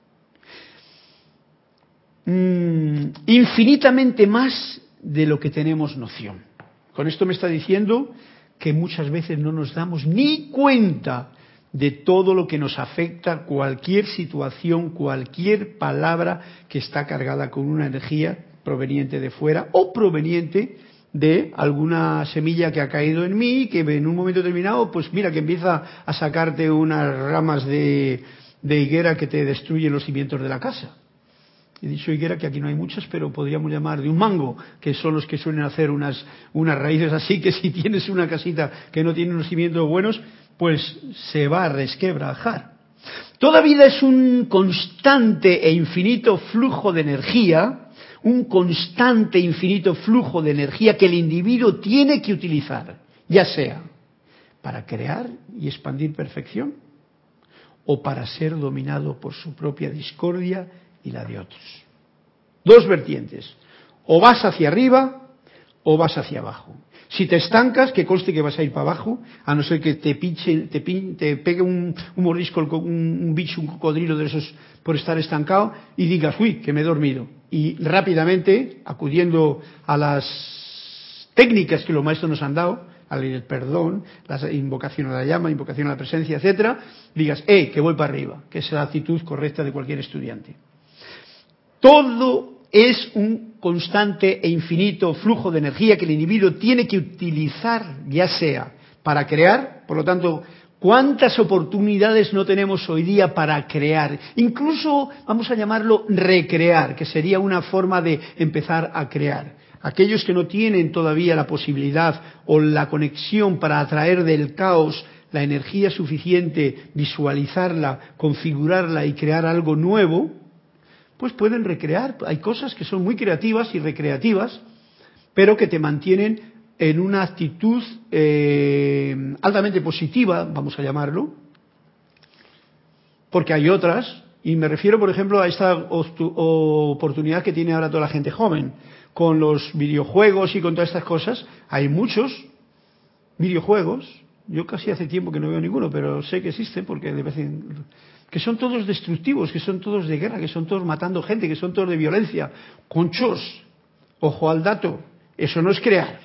Mm, infinitamente más de lo que tenemos noción. Con esto me está diciendo que muchas veces no nos damos ni cuenta de todo lo que nos afecta, cualquier situación, cualquier palabra que está cargada con una energía proveniente de fuera o proveniente de alguna semilla que ha caído en mí, que en un momento determinado, pues mira, que empieza a sacarte unas ramas de, de higuera que te destruyen los cimientos de la casa. He dicho higuera, que aquí no hay muchas, pero podríamos llamar de un mango, que son los que suelen hacer unas, unas raíces así, que si tienes una casita que no tiene unos cimientos buenos, pues se va a resquebrajar. Toda vida es un constante e infinito flujo de energía, un constante e infinito flujo de energía que el individuo tiene que utilizar, ya sea para crear y expandir perfección, o para ser dominado por su propia discordia y la de otros. Dos vertientes, o vas hacia arriba o vas hacia abajo. Si te estancas, que conste que vas a ir para abajo, a no ser que te pinche, te, pin, te pegue un, un mordisco, un, un bicho, un cocodrilo de esos por estar estancado y digas, uy, que me he dormido. Y rápidamente, acudiendo a las técnicas que los maestros nos han dado, a la ley del perdón, la invocación a la llama, invocación a la presencia, etcétera, digas, eh, que voy para arriba, que es la actitud correcta de cualquier estudiante. Todo es un constante e infinito flujo de energía que el individuo tiene que utilizar, ya sea para crear, por lo tanto, ¿Cuántas oportunidades no tenemos hoy día para crear? Incluso vamos a llamarlo recrear, que sería una forma de empezar a crear. Aquellos que no tienen todavía la posibilidad o la conexión para atraer del caos la energía suficiente, visualizarla, configurarla y crear algo nuevo, pues pueden recrear. Hay cosas que son muy creativas y recreativas, pero que te mantienen en una actitud eh, altamente positiva, vamos a llamarlo, porque hay otras, y me refiero, por ejemplo, a esta oportunidad que tiene ahora toda la gente joven, con los videojuegos y con todas estas cosas. Hay muchos videojuegos, yo casi hace tiempo que no veo ninguno, pero sé que existen porque de vez en que son todos destructivos, que son todos de guerra, que son todos matando gente, que son todos de violencia. Conchos, ojo al dato, eso no es crear.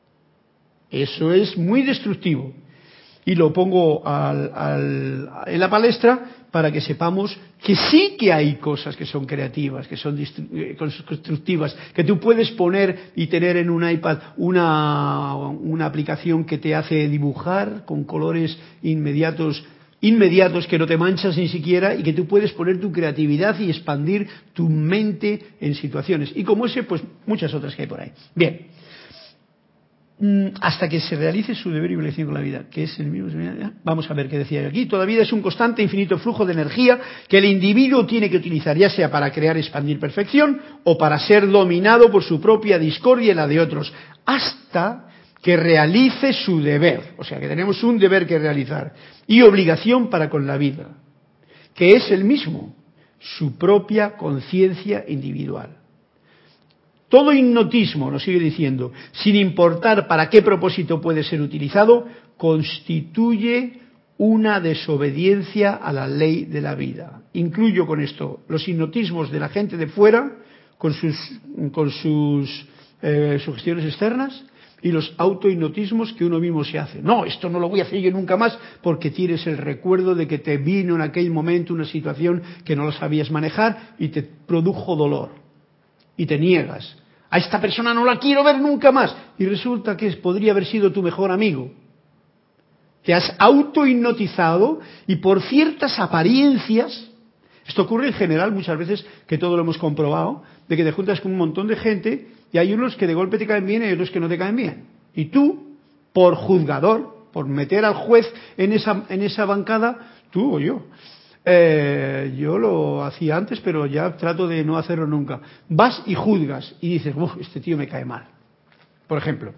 Eso es muy destructivo. Y lo pongo al, al, en la palestra para que sepamos que sí que hay cosas que son creativas, que son constructivas, que tú puedes poner y tener en un iPad una, una aplicación que te hace dibujar con colores inmediatos, inmediatos que no te manchas ni siquiera, y que tú puedes poner tu creatividad y expandir tu mente en situaciones. Y como ese, pues muchas otras que hay por ahí. Bien. Hasta que se realice su deber y obligación con la vida, que es el mismo. Vamos a ver qué decía yo aquí. Toda vida es un constante, infinito flujo de energía que el individuo tiene que utilizar, ya sea para crear, expandir perfección o para ser dominado por su propia discordia y la de otros, hasta que realice su deber. O sea, que tenemos un deber que realizar y obligación para con la vida, que es el mismo, su propia conciencia individual. Todo hipnotismo, nos sigue diciendo, sin importar para qué propósito puede ser utilizado, constituye una desobediencia a la ley de la vida. Incluyo con esto los hipnotismos de la gente de fuera, con sus, con sus eh, sugestiones externas, y los autohipnotismos que uno mismo se hace. No, esto no lo voy a hacer yo nunca más, porque tienes el recuerdo de que te vino en aquel momento una situación que no lo sabías manejar y te produjo dolor. Y te niegas. A esta persona no la quiero ver nunca más. Y resulta que podría haber sido tu mejor amigo. Te has autohipnotizado y por ciertas apariencias, esto ocurre en general muchas veces, que todo lo hemos comprobado, de que te juntas con un montón de gente y hay unos que de golpe te caen bien y hay otros que no te caen bien. Y tú, por juzgador, por meter al juez en esa, en esa bancada, tú o yo, Eh, yo lo hacía antes, pero ya trato de no hacerlo nunca. Vas y juzgas y dices, uff, este tío me cae mal. Por ejemplo.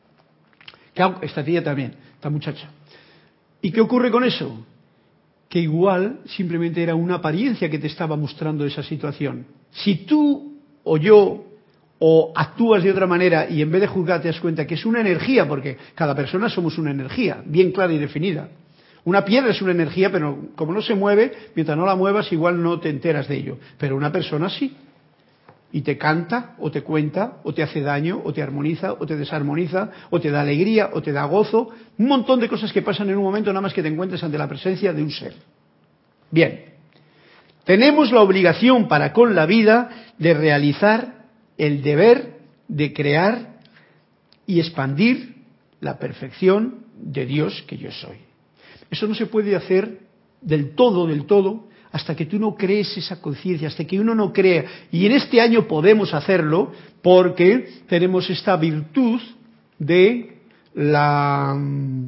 Esta tía también, esta muchacha. ¿Y qué ocurre con eso? Que igual simplemente era una apariencia que te estaba mostrando esa situación. Si tú o yo o actúas de otra manera y en vez de juzgar te das cuenta que es una energía, porque cada persona somos una energía bien clara y definida. Una piedra es una energía, pero como no se mueve, mientras no la muevas, igual no te enteras de ello. Pero una persona sí. Y te canta, o te cuenta, o te hace daño, o te armoniza, o te desarmoniza, o te da alegría, o te da gozo. Un montón de cosas que pasan en un momento nada más que te encuentres ante la presencia de un ser. Bien. Tenemos la obligación para con la vida de realizar el deber de crear y expandir la perfección de Dios que yo soy. Eso no se puede hacer del todo, del todo, hasta que tú no crees esa conciencia, hasta que uno no crea. Y en este año podemos hacerlo porque tenemos esta virtud de la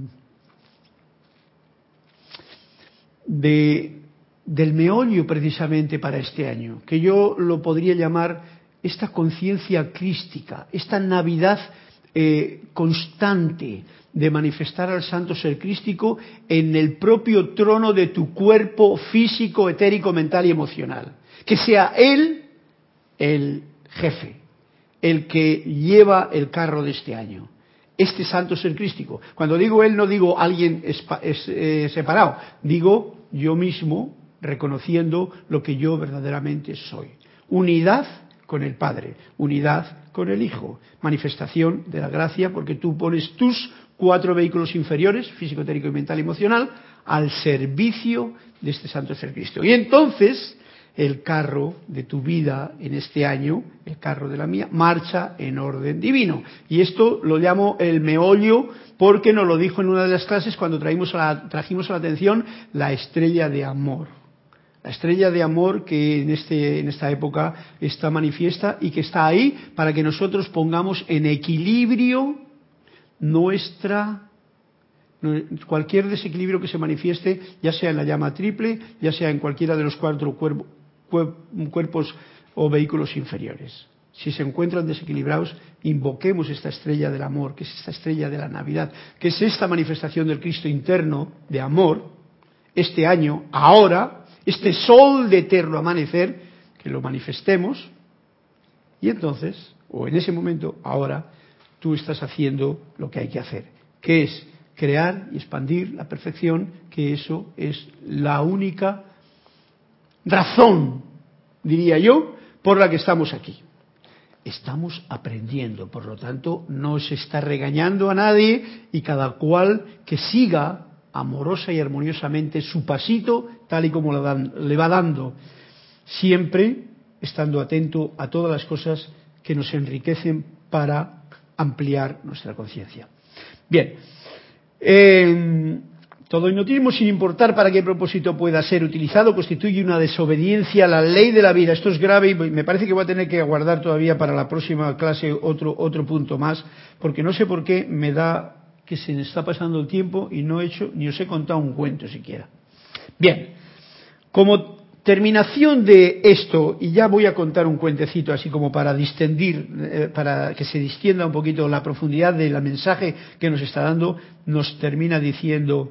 de del meollo precisamente para este año, que yo lo podría llamar esta conciencia crística, esta Navidad eh, constante de manifestar al santo ser crístico en el propio trono de tu cuerpo físico, etérico, mental y emocional. Que sea él el jefe, el que lleva el carro de este año. Este santo ser crístico. Cuando digo él, no digo alguien es, es, eh, separado, digo yo mismo reconociendo lo que yo verdaderamente soy. Unidad con el Padre, unidad con el Hijo, manifestación de la gracia, porque tú pones tus cuatro vehículos inferiores, físico, etérico, mental y emocional, al servicio de este santo ser Cristo. Y entonces, el carro de tu vida en este año, el carro de la mía, marcha en orden divino. Y esto lo llamo el meollo porque nos lo dijo en una de las clases cuando traímos a la, trajimos a la atención la estrella de amor. La estrella de amor que en, este, en esta época está manifiesta y que está ahí para que nosotros pongamos en equilibrio nuestra... cualquier desequilibrio que se manifieste, ya sea en la llama triple, ya sea en cualquiera de los cuatro cuerpo, cuerpos o vehículos inferiores. Si se encuentran desequilibrados, invoquemos esta estrella del amor, que es esta estrella de la Navidad, que es esta manifestación del Cristo interno de amor, este año, ahora, este sol de eterno amanecer, que lo manifestemos, y entonces, o en ese momento, ahora, tú estás haciendo lo que hay que hacer, que es crear y expandir la perfección, que eso es la única razón, diría yo, por la que estamos aquí. Estamos aprendiendo, por lo tanto, no se está regañando a nadie y cada cual que siga amorosa y armoniosamente su pasito, tal y como le, dan, le va dando, siempre estando atento a todas las cosas que nos enriquecen para ampliar nuestra conciencia. Bien. Eh, todo hipnotismo, sin importar para qué propósito pueda ser utilizado, constituye una desobediencia a la ley de la vida. Esto es grave y me parece que voy a tener que aguardar todavía para la próxima clase otro, otro punto más, porque no sé por qué me da que se me está pasando el tiempo y no he hecho, ni os he contado un cuento siquiera. Bien, como terminación de esto, y ya voy a contar un cuentecito así como para distendir, eh, para que se distienda un poquito la profundidad del mensaje que nos está dando, nos termina diciendo,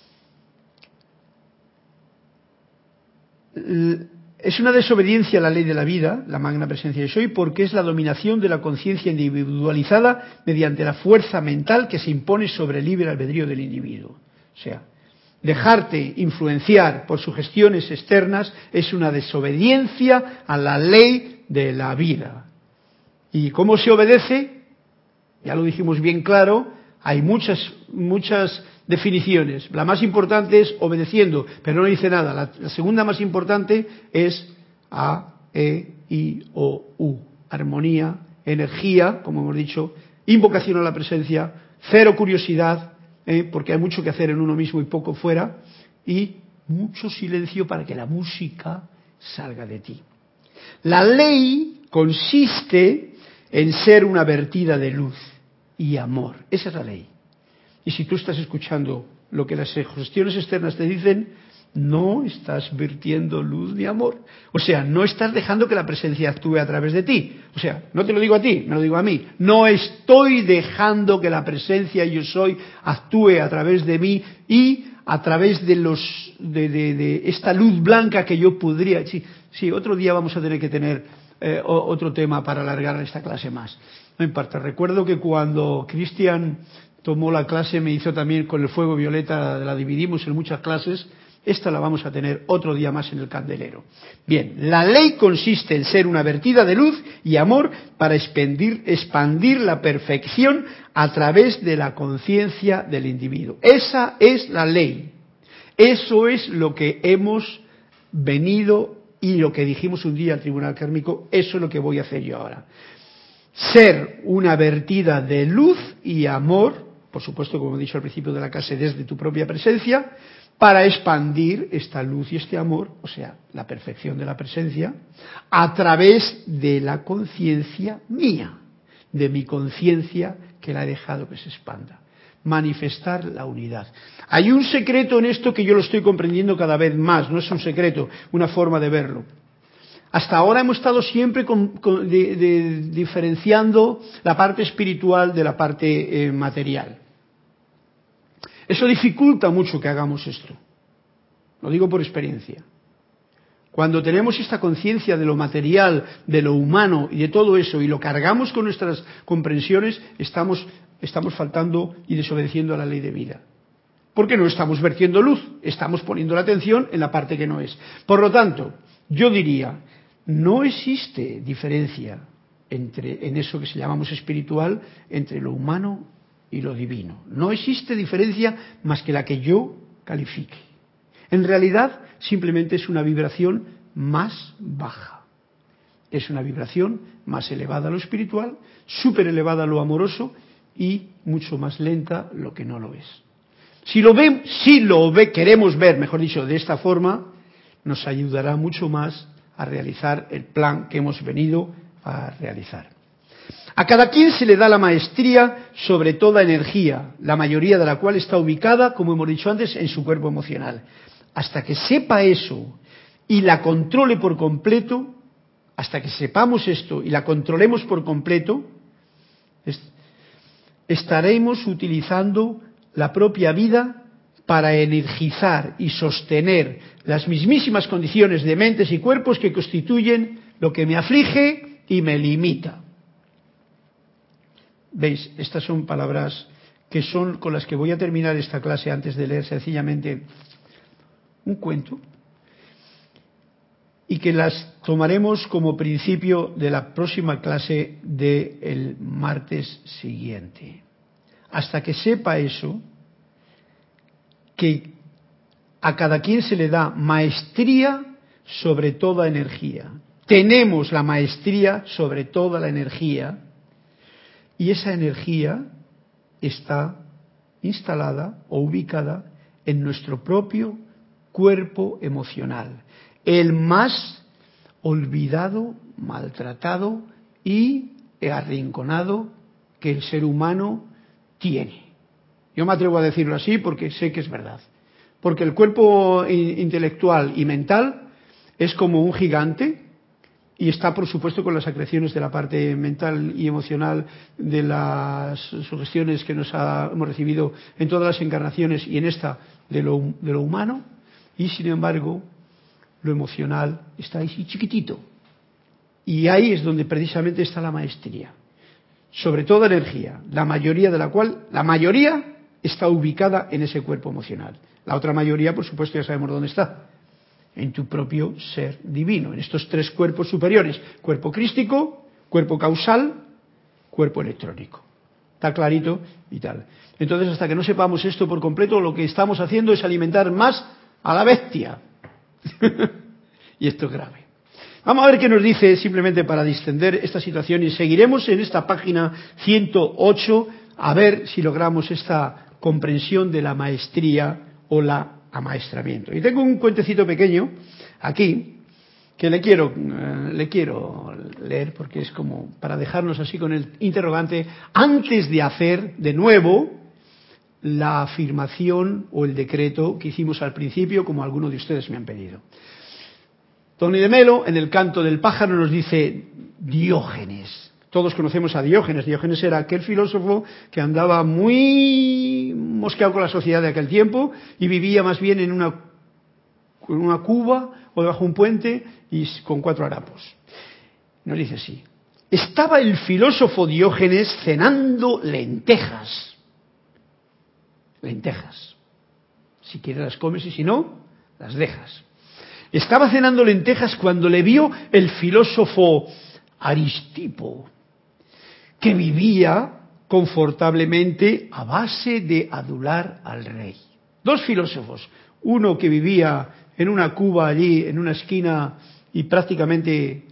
es una desobediencia a la ley de la vida, la magna presencia de Soy, porque es la dominación de la conciencia individualizada mediante la fuerza mental que se impone sobre el libre albedrío del individuo. O sea, dejarte influenciar por sugestiones externas es una desobediencia a la ley de la vida. ¿Y cómo se obedece? Ya lo dijimos bien claro, hay muchas, muchas definiciones. La más importante es obedeciendo, pero no dice nada. La, la segunda más importante es A, E, I, O, U. Armonía, energía, como hemos dicho, invocación a la presencia, cero curiosidad, ¿Eh? porque hay mucho que hacer en uno mismo y poco fuera, y mucho silencio para que la música salga de ti. La ley consiste en ser una vertida de luz y amor. Esa es la ley. Y si tú estás escuchando lo que las sugestiones externas te dicen, no estás vertiendo luz ni amor. O sea, no estás dejando que la presencia actúe a través de ti. O sea, no te lo digo a ti, me lo digo a mí. No estoy dejando que la presencia yo soy actúe a través de mí y a través de los de, de, de esta luz blanca que yo podría. Sí, sí, otro día vamos a tener que tener eh, otro tema para alargar esta clase más. No importa. Recuerdo que cuando Cristian tomó la clase me hizo también con el fuego violeta, la dividimos en muchas clases. Esta la vamos a tener otro día más en el candelero. Bien, la ley consiste en ser una vertida de luz y amor para expandir, expandir la perfección a través de la conciencia del individuo. Esa es la ley. Eso es lo que hemos venido y lo que dijimos un día al Tribunal Kármico, eso es lo que voy a hacer yo ahora. Ser una vertida de luz y amor, por supuesto, como he dicho al principio de la clase, desde tu propia presencia, para expandir esta luz y este amor, o sea, la perfección de la presencia, a través de la conciencia mía, de mi conciencia que la he dejado que se expanda. Manifestar la unidad. Hay un secreto en esto que yo lo estoy comprendiendo cada vez más, no es un secreto, una forma de verlo. Hasta ahora hemos estado siempre con, con, de, de, diferenciando la parte espiritual de la parte eh, material. Eso dificulta mucho que hagamos esto. Lo digo por experiencia. Cuando tenemos esta conciencia de lo material, de lo humano y de todo eso y lo cargamos con nuestras comprensiones, estamos, estamos faltando y desobedeciendo a la ley de vida. Porque no estamos vertiendo luz, estamos poniendo la atención en la parte que no es. Por lo tanto, yo diría, no existe diferencia entre, en eso que se llamamos espiritual, entre lo humano y lo divino. No existe diferencia más que la que yo califique. En realidad, simplemente es una vibración más baja. Es una vibración más elevada a lo espiritual, súper elevada a lo amoroso y mucho más lenta lo que no lo es. Si lo ven, si lo ve, queremos ver, mejor dicho, de esta forma, nos ayudará mucho más a realizar el plan que hemos venido a realizar. A cada quien se le da la maestría sobre toda energía, la mayoría de la cual está ubicada, como hemos dicho antes, en su cuerpo emocional. Hasta que sepa eso y la controle por completo, hasta que sepamos esto y la controlemos por completo, estaremos utilizando la propia vida para energizar y sostener las mismísimas condiciones de mentes y cuerpos que constituyen lo que me aflige y me limita. ¿Veis? Estas son palabras que son con las que voy a terminar esta clase antes de leer sencillamente un cuento y que las tomaremos como principio de la próxima clase del martes siguiente. Hasta que sepa eso, que a cada quien se le da maestría sobre toda energía. Tenemos la maestría sobre toda la energía y esa energía está instalada o ubicada en nuestro propio cuerpo emocional, el más olvidado, maltratado y arrinconado que el ser humano tiene. Yo me atrevo a decirlo así porque sé que es verdad. Porque el cuerpo intelectual y mental es como un gigante y está, por supuesto, con las acreciones de la parte mental y emocional de las sugestiones que nos ha, hemos recibido en todas las encarnaciones y en esta de lo, de lo humano. Y, sin embargo, lo emocional está ahí chiquitito. Y ahí es donde precisamente está la maestría. Sobre toda energía, la mayoría de la cual, la mayoría está ubicada en ese cuerpo emocional. La otra mayoría, por supuesto, ya sabemos dónde está. En tu propio ser divino, en estos tres cuerpos superiores. Cuerpo crístico, cuerpo causal, cuerpo electrónico. Está clarito y tal. Entonces, hasta que no sepamos esto por completo, lo que estamos haciendo es alimentar más a la bestia. Y esto es grave. Vamos a ver qué nos dice, simplemente para distender esta situación, y seguiremos en esta página ciento ocho a ver si logramos esta comprensión de la maestría o la amaestramiento. Y tengo un cuentecito pequeño aquí que le quiero eh, le quiero leer porque es como para dejarnos así con el interrogante antes de hacer de nuevo la afirmación o el decreto que hicimos al principio, como algunos de ustedes me han pedido. Tony de Melo, en el canto del pájaro, nos dice Diógenes. Todos conocemos a Diógenes. Diógenes era aquel filósofo que andaba muy mosqueado con la sociedad de aquel tiempo y vivía más bien en una, en una cuba o debajo de un puente y con cuatro harapos. Nos dice así. Estaba el filósofo Diógenes cenando lentejas. Lentejas. Si quieres las comes y si no, las dejas. Estaba cenando lentejas cuando le vio el filósofo Aristipo, que vivía confortablemente a base de adular al rey. Dos filósofos, uno que vivía en una cuba allí, en una esquina, y prácticamente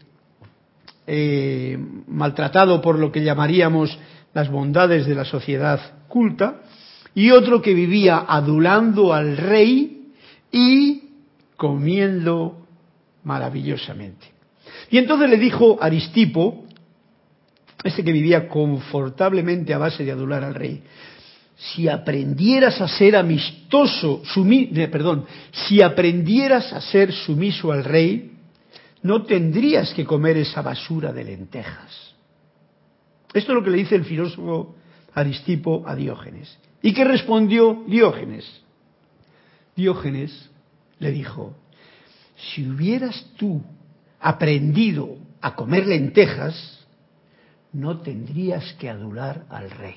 eh, maltratado por lo que llamaríamos las bondades de la sociedad culta, y otro que vivía adulando al rey y comiendo maravillosamente. Y entonces le dijo Aristipo, este que vivía confortablemente a base de adular al rey, si aprendieras a ser amistoso, sumi, perdón, si aprendieras a ser sumiso al rey, no tendrías que comer esa basura de lentejas. Esto es lo que le dice el filósofo Aristipo a Diógenes. ¿Y qué respondió Diógenes? Diógenes le dijo, si hubieras tú aprendido a comer lentejas, no tendrías que adular al rey.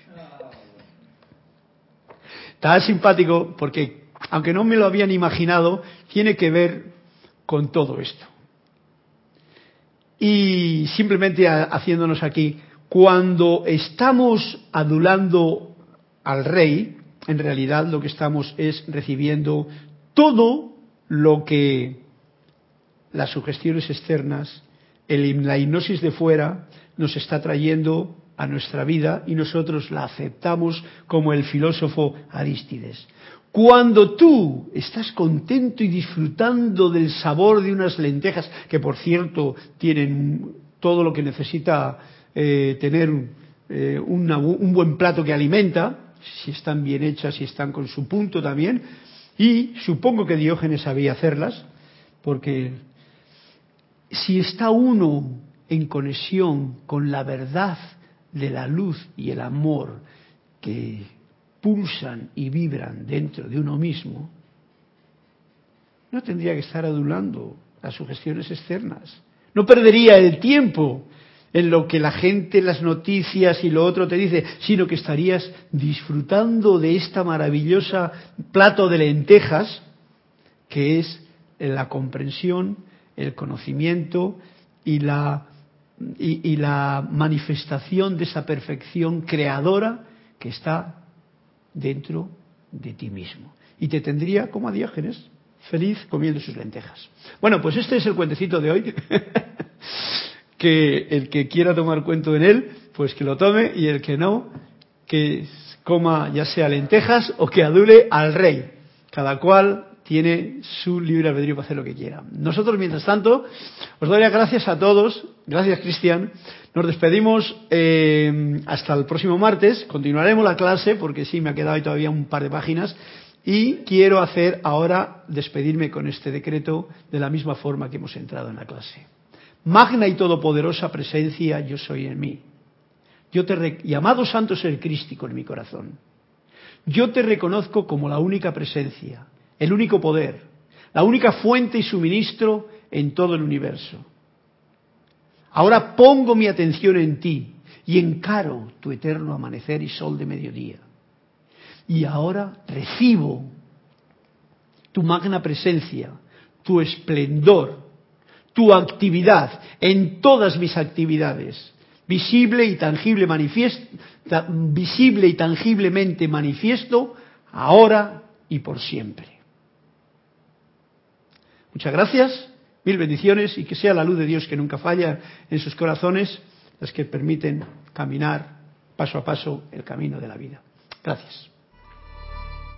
Está simpático porque, aunque no me lo habían imaginado, tiene que ver con todo esto. Y simplemente haciéndonos aquí, cuando estamos adulando al rey, en realidad lo que estamos es recibiendo todo lo que las sugestiones externas, el, la hipnosis de fuera nos está trayendo a nuestra vida y nosotros la aceptamos como el filósofo Arístides. Cuando tú estás contento y disfrutando del sabor de unas lentejas, que por cierto tienen todo lo que necesita eh, tener eh, una, un buen plato que alimenta, si están bien hechas, si están con su punto también, y supongo que Diógenes sabía hacerlas, porque si está uno en conexión con la verdad de la luz y el amor que pulsan y vibran dentro de uno mismo, no tendría que estar adulando las sugestiones externas. No perdería el tiempo en lo que la gente, las noticias y lo otro te dice, sino que estarías disfrutando de esta maravillosa plato de lentejas que es la comprensión, el conocimiento y la, y, y la manifestación de esa perfección creadora que está dentro de ti mismo. Y te tendría como a Diógenes, feliz comiendo sus lentejas. Bueno, pues este es el cuentecito de hoy. Que el que quiera tomar cuento en él, pues que lo tome, y el que no, que coma ya sea lentejas o que adule al rey. Cada cual tiene su libre albedrío para hacer lo que quiera. Nosotros, mientras tanto, os doy las gracias a todos. Gracias, Cristian. Nos despedimos eh, hasta el próximo martes. Continuaremos la clase porque sí, me ha quedado ahí todavía un par de páginas. Y quiero hacer ahora, despedirme con este decreto de la misma forma que hemos entrado en la clase. Magna y todopoderosa presencia yo soy en mí. Yo te re... y amado santo ser crístico en mi corazón. Yo te reconozco como la única presencia, el único poder, la única fuente y suministro en todo el universo. Ahora pongo mi atención en ti y encaro tu eterno amanecer y sol de mediodía. Y ahora recibo tu magna presencia, tu esplendor, tu actividad en todas mis actividades, visible y tangible manifiesta, visible y tangiblemente manifiesto ahora y por siempre. Muchas gracias, mil bendiciones y que sea la luz de Dios que nunca falla en sus corazones las que permiten caminar paso a paso el camino de la vida. Gracias.